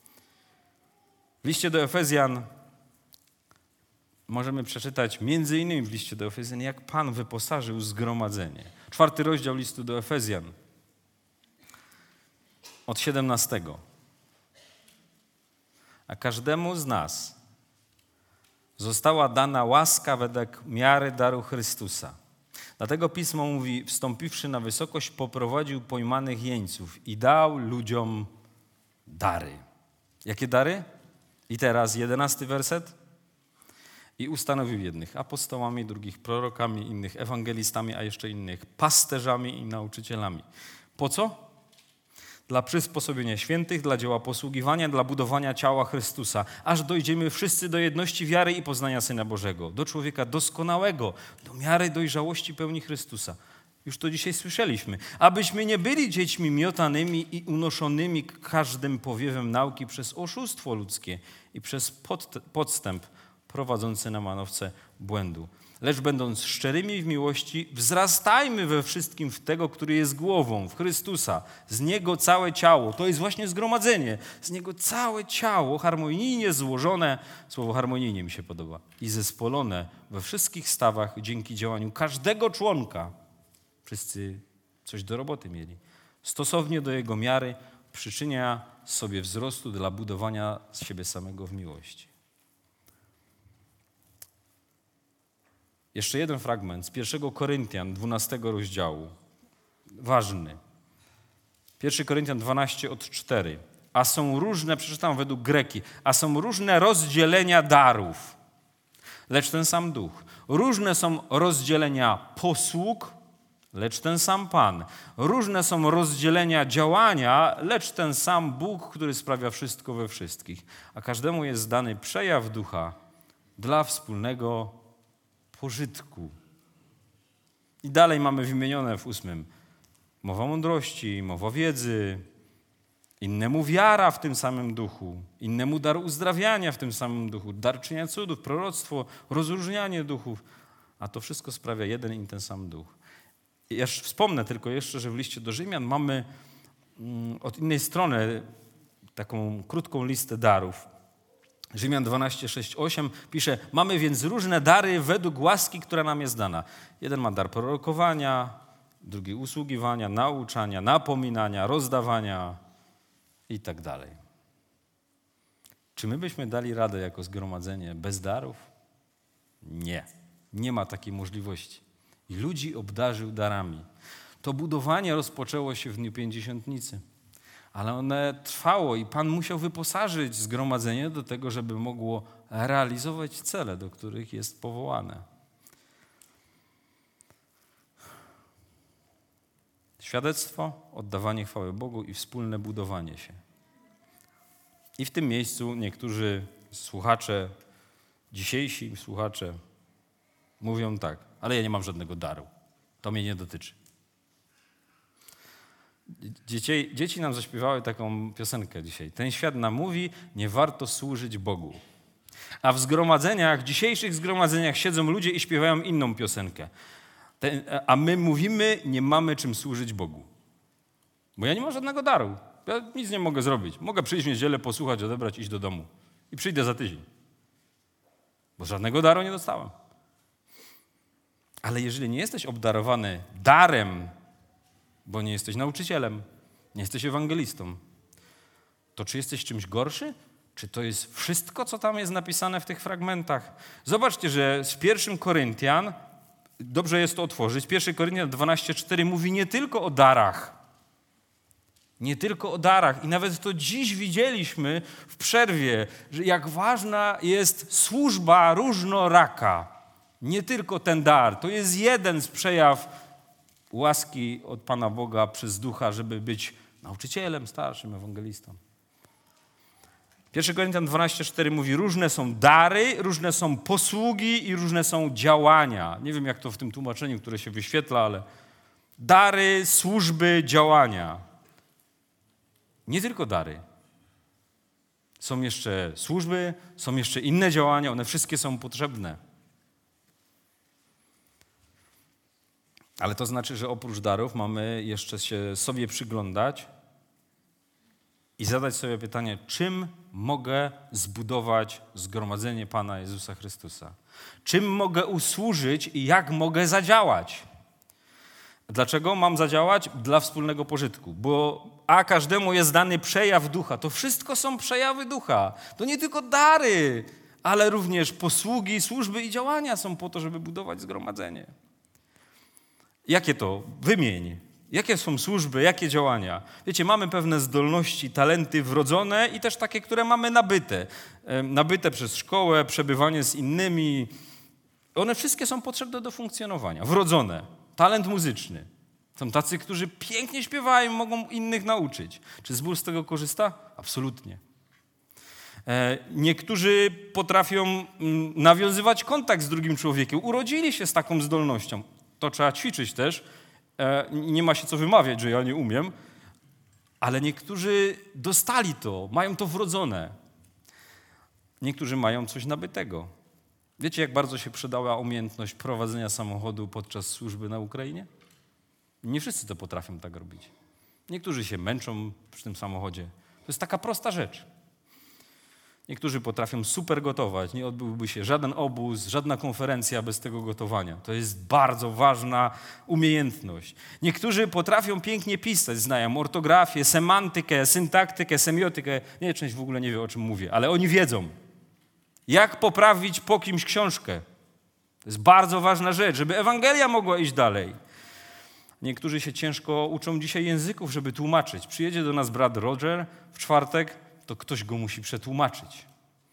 W liście do Efezjan możemy przeczytać między innymi w liście do Efezjan, jak Pan wyposażył zgromadzenie. 4 rozdział listu do Efezjan od 17. A każdemu z nas została dana łaska według miary daru Chrystusa. Dlatego Pismo mówi, wstąpiwszy na wysokość, poprowadził pojmanych jeńców i dał ludziom dary. Jakie dary? I teraz 11 werset. I ustanowił jednych apostołami, drugich prorokami, innych ewangelistami, a jeszcze innych pasterzami i nauczycielami. Po co? Dla przysposobienia świętych, dla dzieła posługiwania, dla budowania ciała Chrystusa, aż dojdziemy wszyscy do jedności wiary i poznania Syna Bożego, do człowieka doskonałego, do miary dojrzałości pełni Chrystusa. Już to dzisiaj słyszeliśmy. Abyśmy nie byli dziećmi miotanymi i unoszonymi każdym powiewem nauki przez oszustwo ludzkie i przez podstęp prowadzący na manowce błędu. Lecz będąc szczerymi w miłości, wzrastajmy we wszystkim w tego, który jest głową, w Chrystusa. Z Niego całe ciało, to jest właśnie zgromadzenie, z Niego całe ciało harmonijnie złożone, słowo harmonijnie mi się podoba, i zespolone we wszystkich stawach dzięki działaniu każdego członka. Wszyscy coś do roboty mieli. Stosownie do Jego miary przyczynia sobie wzrostu dla budowania z siebie samego w miłości. Jeszcze jeden fragment z 1 Koryntian 12 rozdziału. Ważny. 1 Koryntian 12 od 4. A są różne, przeczytam według Greki, a są różne rozdzielenia darów, lecz ten sam duch. Różne są rozdzielenia posług, lecz ten sam Pan. Różne są rozdzielenia działania, lecz ten sam Bóg, który sprawia wszystko we wszystkich. A każdemu jest dany przejaw ducha dla wspólnego pożytku. I dalej mamy wymienione w 8. Mowa mądrości, mowa wiedzy, innemu wiara w tym samym duchu, innemu dar uzdrawiania w tym samym duchu, dar czynienia cudów, proroctwo, rozróżnianie duchów. A to wszystko sprawia jeden i ten sam duch. I wspomnę tylko jeszcze, że w liście do Rzymian mamy od innej strony taką krótką listę darów. Rzymian 12, 6, 8 pisze: mamy więc różne dary według łaski, która nam jest dana. Jeden ma dar prorokowania, drugi usługiwania, nauczania, napominania, rozdawania i tak dalej. Czy my byśmy dali radę jako zgromadzenie bez darów? Nie. Nie ma takiej możliwości. I ludzi obdarzył darami. To budowanie rozpoczęło się w dniu Pięćdziesiątnicy. Ale one trwało i Pan musiał wyposażyć zgromadzenie do tego, żeby mogło realizować cele, do których jest powołane. Świadectwo, oddawanie chwały Bogu i wspólne budowanie się. I w tym miejscu niektórzy słuchacze, dzisiejsi słuchacze mówią tak: ale ja nie mam żadnego daru, to mnie nie dotyczy. Dzieci nam zaśpiewały taką piosenkę dzisiaj. Ten świat nam mówi, nie warto służyć Bogu. A w zgromadzeniach, dzisiejszych zgromadzeniach siedzą ludzie i śpiewają inną piosenkę. A my mówimy, nie mamy czym służyć Bogu. Bo ja nie mam żadnego daru. Ja nic nie mogę zrobić. Mogę przyjść w niedzielę, posłuchać, odebrać, iść do domu. I przyjdę za tydzień. Bo żadnego daru nie dostałem. Ale jeżeli nie jesteś obdarowany darem, bo nie jesteś nauczycielem, nie jesteś ewangelistą, to czy jesteś czymś gorszy? Czy to jest wszystko, co tam jest napisane w tych fragmentach? Zobaczcie, że z 1 Koryntian, dobrze jest to otworzyć, 1 Koryntian 12:4 mówi nie tylko o darach. Nie tylko o darach. I nawet to dziś widzieliśmy w przerwie, że jak ważna jest służba różnoraka. Nie tylko ten dar. To jest jeden z przejaw łaski od Pana Boga przez Ducha, żeby być nauczycielem, starszym, ewangelistą. 1 Koryntian 12:4 mówi, różne są dary, różne są posługi i różne są działania. Nie wiem, jak to w tym tłumaczeniu, które się wyświetla, ale dary, służby, działania. Nie tylko dary. Są jeszcze służby, są jeszcze inne działania, one wszystkie są potrzebne. Ale to znaczy, że oprócz darów mamy jeszcze się sobie przyglądać i zadać sobie pytanie, czym mogę zbudować zgromadzenie Pana Jezusa Chrystusa? Czym mogę usłużyć i jak mogę zadziałać? Dlaczego mam zadziałać? Dla wspólnego pożytku. Bo każdemu jest dany przejaw Ducha. To wszystko są przejawy Ducha. To nie tylko dary, ale również posługi, służby i działania są po to, żeby budować zgromadzenie. Jakie to? Wymień. Jakie są służby, jakie działania? Wiecie, mamy pewne zdolności, talenty wrodzone i też takie, które mamy nabyte. Nabyte przez szkołę, przebywanie z innymi. One wszystkie są potrzebne do funkcjonowania. Wrodzone. Talent muzyczny. Są tacy, którzy pięknie śpiewają, mogą innych nauczyć. Czy zbór z tego korzysta? Absolutnie. Niektórzy potrafią nawiązywać kontakt z drugim człowiekiem. Urodzili się z taką zdolnością. To trzeba ćwiczyć też. Nie ma się co wymawiać, że ja nie umiem. Ale niektórzy dostali to, mają to wrodzone. Niektórzy mają coś nabytego. Wiecie, jak bardzo się przydała umiejętność prowadzenia samochodu podczas służby na Ukrainie? Nie wszyscy to potrafią tak robić. Niektórzy się męczą przy tym samochodzie. To jest taka prosta rzecz. Niektórzy potrafią super gotować. Nie odbyłby się żaden obóz, żadna konferencja bez tego gotowania. To jest bardzo ważna umiejętność. Niektórzy potrafią pięknie pisać, znają ortografię, semantykę, syntaktykę, semiotykę. Nie, część w ogóle nie wie, o czym mówię, ale oni wiedzą. Jak poprawić po kimś książkę. To jest bardzo ważna rzecz, żeby Ewangelia mogła iść dalej. Niektórzy się ciężko uczą dzisiaj języków, żeby tłumaczyć. Przyjedzie do nas brat Roger w czwartek, to ktoś go musi przetłumaczyć.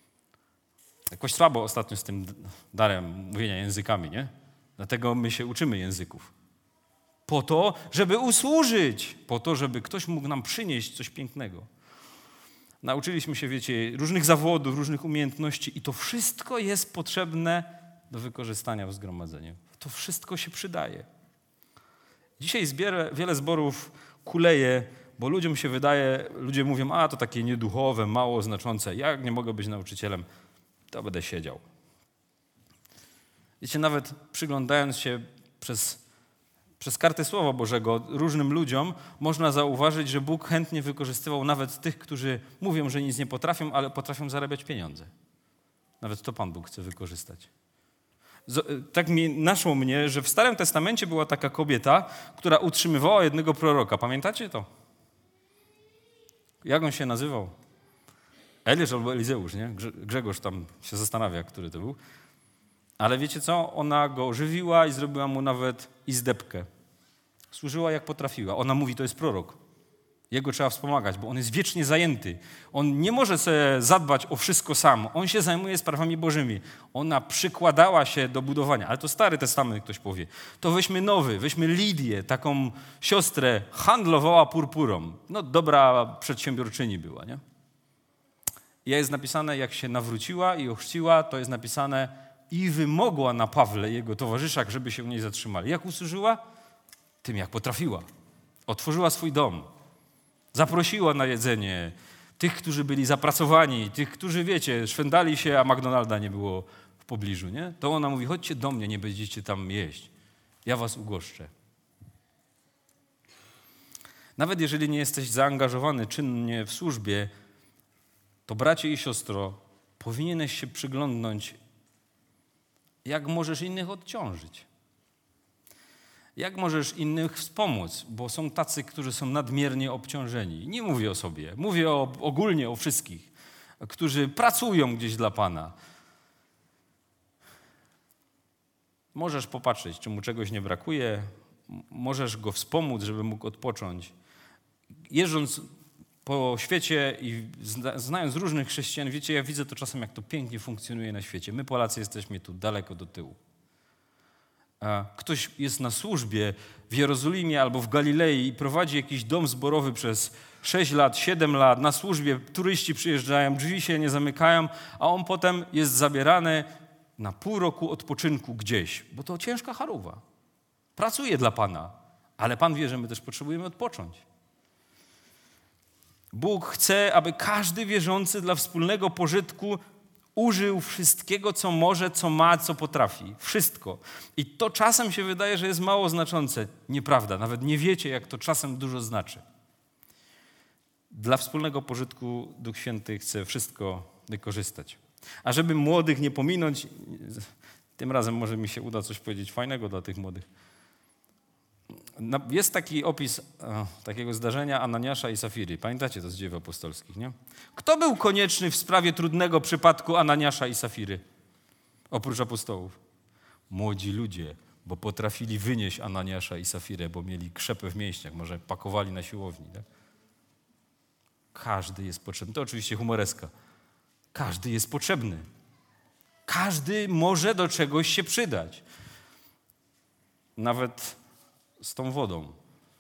Jakoś słabo ostatnio z tym darem mówienia językami, nie? Dlatego my się uczymy języków. Po to, żeby usłużyć. Po to, żeby ktoś mógł nam przynieść coś pięknego. Nauczyliśmy się, wiecie, różnych zawodów, różnych umiejętności i to wszystko jest potrzebne do wykorzystania w zgromadzeniu. To wszystko się przydaje. Dzisiaj wiele zborów kuleje, bo ludziom się wydaje, ludzie mówią, to takie nieduchowe, mało znaczące. Jak nie mogę być nauczycielem, to będę siedział. Wiecie, nawet przyglądając się przez Przez kartę Słowa Bożego różnym ludziom można zauważyć, że Bóg chętnie wykorzystywał nawet tych, którzy mówią, że nic nie potrafią, ale potrafią zarabiać pieniądze. Nawet to Pan Bóg chce wykorzystać. Tak naszło mnie, że w Starym Testamencie była taka kobieta, która utrzymywała jednego proroka. Pamiętacie to? Jak on się nazywał? Eliasz albo Elizeusz, nie? Grzegorz tam się zastanawia, który to był. Ale wiecie co? Ona go żywiła i zrobiła mu nawet izdebkę. Służyła jak potrafiła. Ona mówi, to jest prorok. Jego trzeba wspomagać, bo on jest wiecznie zajęty. On nie może sobie zadbać o wszystko sam. On się zajmuje sprawami bożymi. Ona przykładała się do budowania. Ale to Stary Testament ktoś powie. To weźmy nowy, weźmy Lidię, taką siostrę, handlowała purpurą. No dobra przedsiębiorczyni była, nie? I jest napisane, jak się nawróciła i ochrzciła, to jest napisane i wymogła na Pawle, jego towarzyszach, żeby się u niej zatrzymali. Jak usłużyła? Tym, jak potrafiła. Otworzyła swój dom. Zaprosiła na jedzenie tych, którzy byli zapracowani, tych, którzy, wiecie, szwendali się, a McDonalda nie było w pobliżu, nie? To ona mówi, chodźcie do mnie, nie będziecie tam jeść. Ja was ugoszczę. Nawet jeżeli nie jesteś zaangażowany czynnie w służbie, to bracie i siostro, powinieneś się przyglądnąć, jak możesz innych odciążyć. Jak możesz innych wspomóc, bo są tacy, którzy są nadmiernie obciążeni. Nie mówię o sobie, mówię ogólnie o wszystkich, którzy pracują gdzieś dla Pana. Możesz popatrzeć, czy mu czegoś nie brakuje, możesz go wspomóc, żeby mógł odpocząć. Jeżdżąc po świecie i znając różnych chrześcijan, wiecie, ja widzę to czasem, jak to pięknie funkcjonuje na świecie. My Polacy jesteśmy tu daleko do tyłu. Ktoś jest na służbie w Jerozolimie albo w Galilei i prowadzi jakiś dom zborowy przez 6 lat, 7 lat, na służbie turyści przyjeżdżają, drzwi się nie zamykają, a on potem jest zabierany na pół roku odpoczynku gdzieś, bo to ciężka charuwa. Pracuje dla Pana, ale Pan wie, że my też potrzebujemy odpocząć. Bóg chce, aby każdy wierzący dla wspólnego pożytku użył wszystkiego, co może, co ma, co potrafi. Wszystko. I to czasem się wydaje, że jest mało znaczące. Nieprawda. Nawet nie wiecie, jak to czasem dużo znaczy. Dla wspólnego pożytku Duch Święty chce wszystko wykorzystać. A żeby młodych nie pominąć, tym razem może mi się uda coś powiedzieć fajnego dla tych młodych. Jest taki opis takiego zdarzenia Ananiasza i Safiry. Pamiętacie to z Dzieł Apostolskich, nie? Kto był konieczny w sprawie trudnego przypadku Ananiasza i Safiry? Oprócz apostołów. Młodzi ludzie, bo potrafili wynieść Ananiasza i Safirę, bo mieli krzepę w mięśniach, może pakowali na siłowni. Tak? Każdy jest potrzebny. To oczywiście humoreska. Każdy jest potrzebny. Każdy może do czegoś się przydać. Nawet z tą wodą.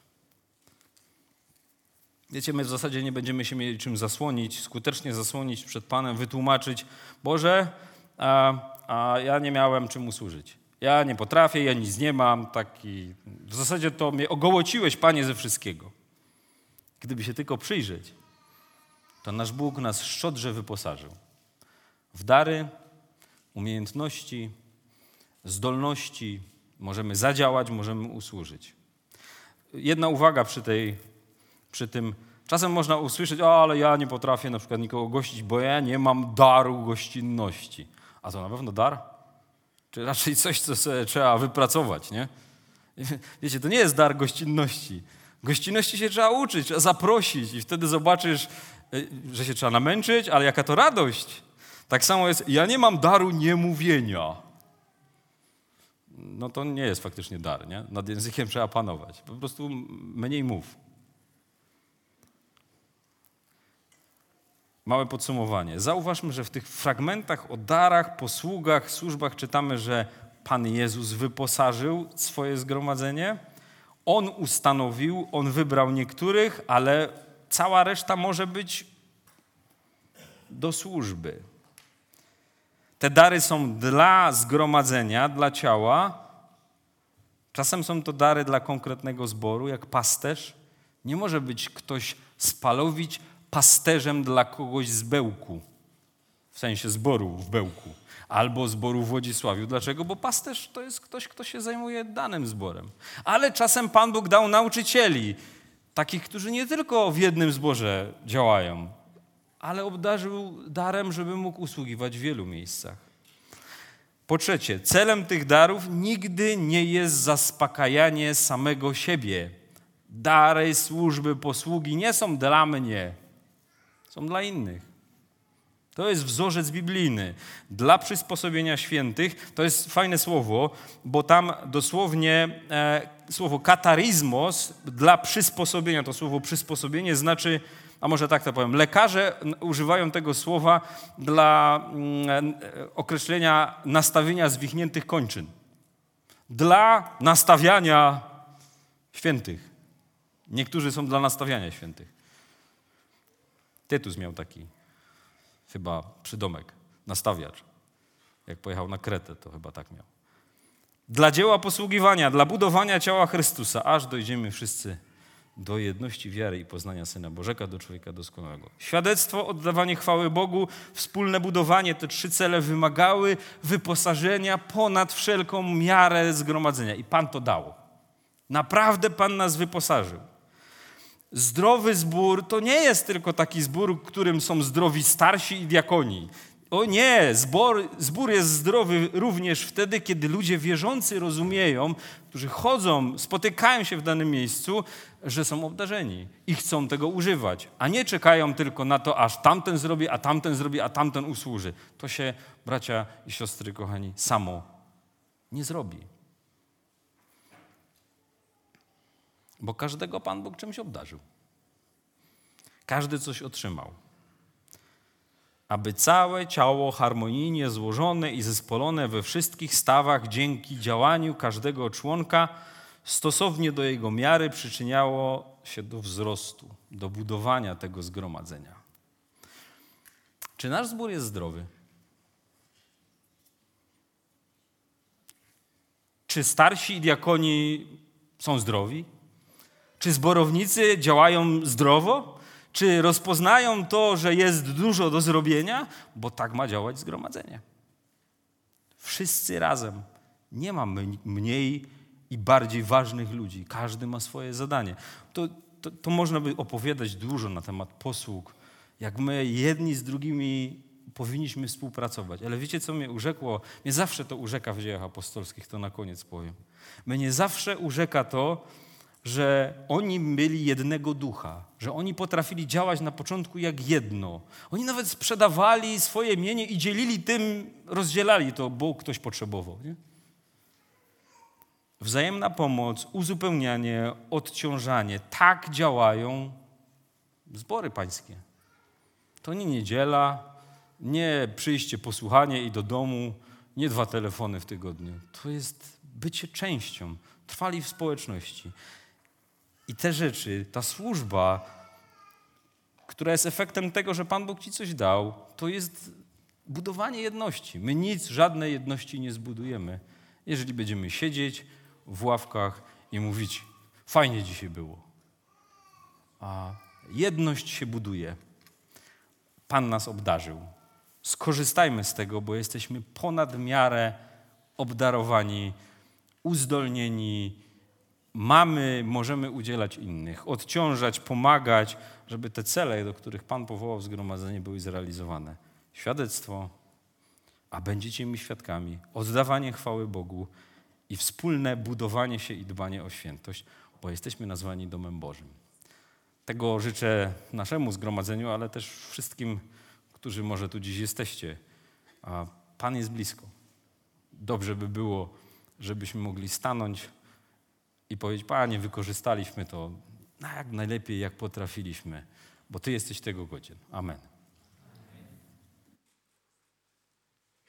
Wiecie, my w zasadzie nie będziemy się mieli czym zasłonić, skutecznie zasłonić przed Panem, wytłumaczyć, Boże, a ja nie miałem czym usłużyć. Ja nie potrafię, ja nic nie mam. W zasadzie to mnie ogołociłeś, Panie, ze wszystkiego. Gdyby się tylko przyjrzeć, to nasz Bóg nas szczodrze wyposażył. W dary, umiejętności, zdolności, możemy zadziałać, możemy usłużyć. Jedna uwaga przy tym. Czasem można usłyszeć, ale ja nie potrafię na przykład nikogo gościć, bo ja nie mam daru gościnności. A to na pewno dar? Czy raczej coś, co sobie trzeba wypracować, nie? Wiecie, to nie jest dar gościnności. Gościnności się trzeba uczyć, trzeba zaprosić i wtedy zobaczysz, że się trzeba namęczyć, ale jaka to radość. Tak samo jest, ja nie mam daru niemówienia. No to nie jest faktycznie dar, nie? Nad językiem trzeba panować. Po prostu mniej mów. Małe podsumowanie. Zauważmy, że w tych fragmentach o darach, posługach, służbach czytamy, że Pan Jezus wyposażył swoje zgromadzenie. On ustanowił, On wybrał niektórych, ale cała reszta może być do służby. Te dary są dla zgromadzenia, dla ciała. Czasem są to dary dla konkretnego zboru, jak pasterz. Nie może być ktoś spalowić pasterzem dla kogoś z Bełku, w sensie zboru w Bełku. albo zboru w Wodzisławiu. Dlaczego? Bo pasterz to jest ktoś, kto się zajmuje danym zborem. Ale czasem Pan Bóg dał nauczycieli, takich, którzy nie tylko w jednym zborze działają, ale obdarzył darem, żeby mógł usługiwać w wielu miejscach. Po trzecie, celem tych darów nigdy nie jest zaspokajanie samego siebie. Dary, służby, posługi nie są dla mnie, są dla innych. To jest wzorzec biblijny. Dla przysposobienia świętych, to jest fajne słowo, bo tam dosłownie słowo katarizmos dla przysposobienia, to słowo przysposobienie znaczy, a może tak to powiem, lekarze używają tego słowa dla określenia nastawienia zwichniętych kończyn. Dla nastawiania świętych. Niektórzy są dla nastawiania świętych. Tytus miał taki chyba przydomek, nastawiacz. Jak pojechał na Kretę, to chyba tak miał. Dla dzieła posługiwania, dla budowania ciała Chrystusa, aż dojdziemy wszyscy do jedności wiary i poznania Syna Bożego, do człowieka doskonałego. Świadectwo, oddawanie chwały Bogu, wspólne budowanie, te trzy cele wymagały wyposażenia ponad wszelką miarę zgromadzenia. I Pan to dał. Naprawdę Pan nas wyposażył. Zdrowy zbór to nie jest tylko taki zbór, w którym są zdrowi starsi i diakoni. O nie, zbór jest zdrowy również wtedy, kiedy ludzie wierzący rozumieją, którzy chodzą, spotykają się w danym miejscu, że są obdarzeni i chcą tego używać, a nie czekają tylko na to, aż tamten zrobi, a tamten usłuży. To się, bracia i siostry, kochani, samo nie zrobi. Bo każdego Pan Bóg czymś obdarzył. Każdy coś otrzymał. Aby całe ciało harmonijnie złożone i zespolone we wszystkich stawach dzięki działaniu każdego członka stosownie do jego miary przyczyniało się do wzrostu, do budowania tego zgromadzenia. Czy nasz zbór jest zdrowy? Czy starsi i diakoni są zdrowi? Czy zborownicy działają zdrowo? Czy rozpoznają to, że jest dużo do zrobienia? Bo tak ma działać zgromadzenie. Wszyscy razem. Nie ma mniej i bardziej ważnych ludzi. Każdy ma swoje zadanie. To można by opowiadać dużo na temat posług, jak my jedni z drugimi powinniśmy współpracować. Ale wiecie, co mnie urzekło? Mnie zawsze to urzeka w Dziejach Apostolskich, to na koniec powiem. Mnie zawsze urzeka to, że oni byli jednego ducha, że oni potrafili działać na początku jak jedno. Oni nawet sprzedawali swoje mienie i dzielili tym, rozdzielali to, bo ktoś potrzebował. Nie? Wzajemna pomoc, uzupełnianie, odciążanie. Tak działają zbory pańskie. To nie niedziela, nie przyjście, posłuchanie i do domu, nie 2 telefony w tygodniu. To jest bycie częścią, trwali w społeczności. I te rzeczy, ta służba, która jest efektem tego, że Pan Bóg ci coś dał, to jest budowanie jedności. My nic, żadnej jedności nie zbudujemy, jeżeli będziemy siedzieć w ławkach i mówić, fajnie dzisiaj było. A jedność się buduje. Pan nas obdarzył. Skorzystajmy z tego, bo jesteśmy ponad miarę obdarowani, uzdolnieni, możemy udzielać innych, odciążać, pomagać, żeby te cele, do których Pan powołał zgromadzenie, były zrealizowane. Świadectwo, a będziecie mi świadkami, oddawanie chwały Bogu i wspólne budowanie się i dbanie o świętość, bo jesteśmy nazwani domem Bożym. Tego życzę naszemu zgromadzeniu, ale też wszystkim, którzy może tu dziś jesteście. A Pan jest blisko. Dobrze by było, żebyśmy mogli stanąć i powiedzieć, Panie, wykorzystaliśmy to jak najlepiej, jak potrafiliśmy, bo Ty jesteś tego godzien. Amen.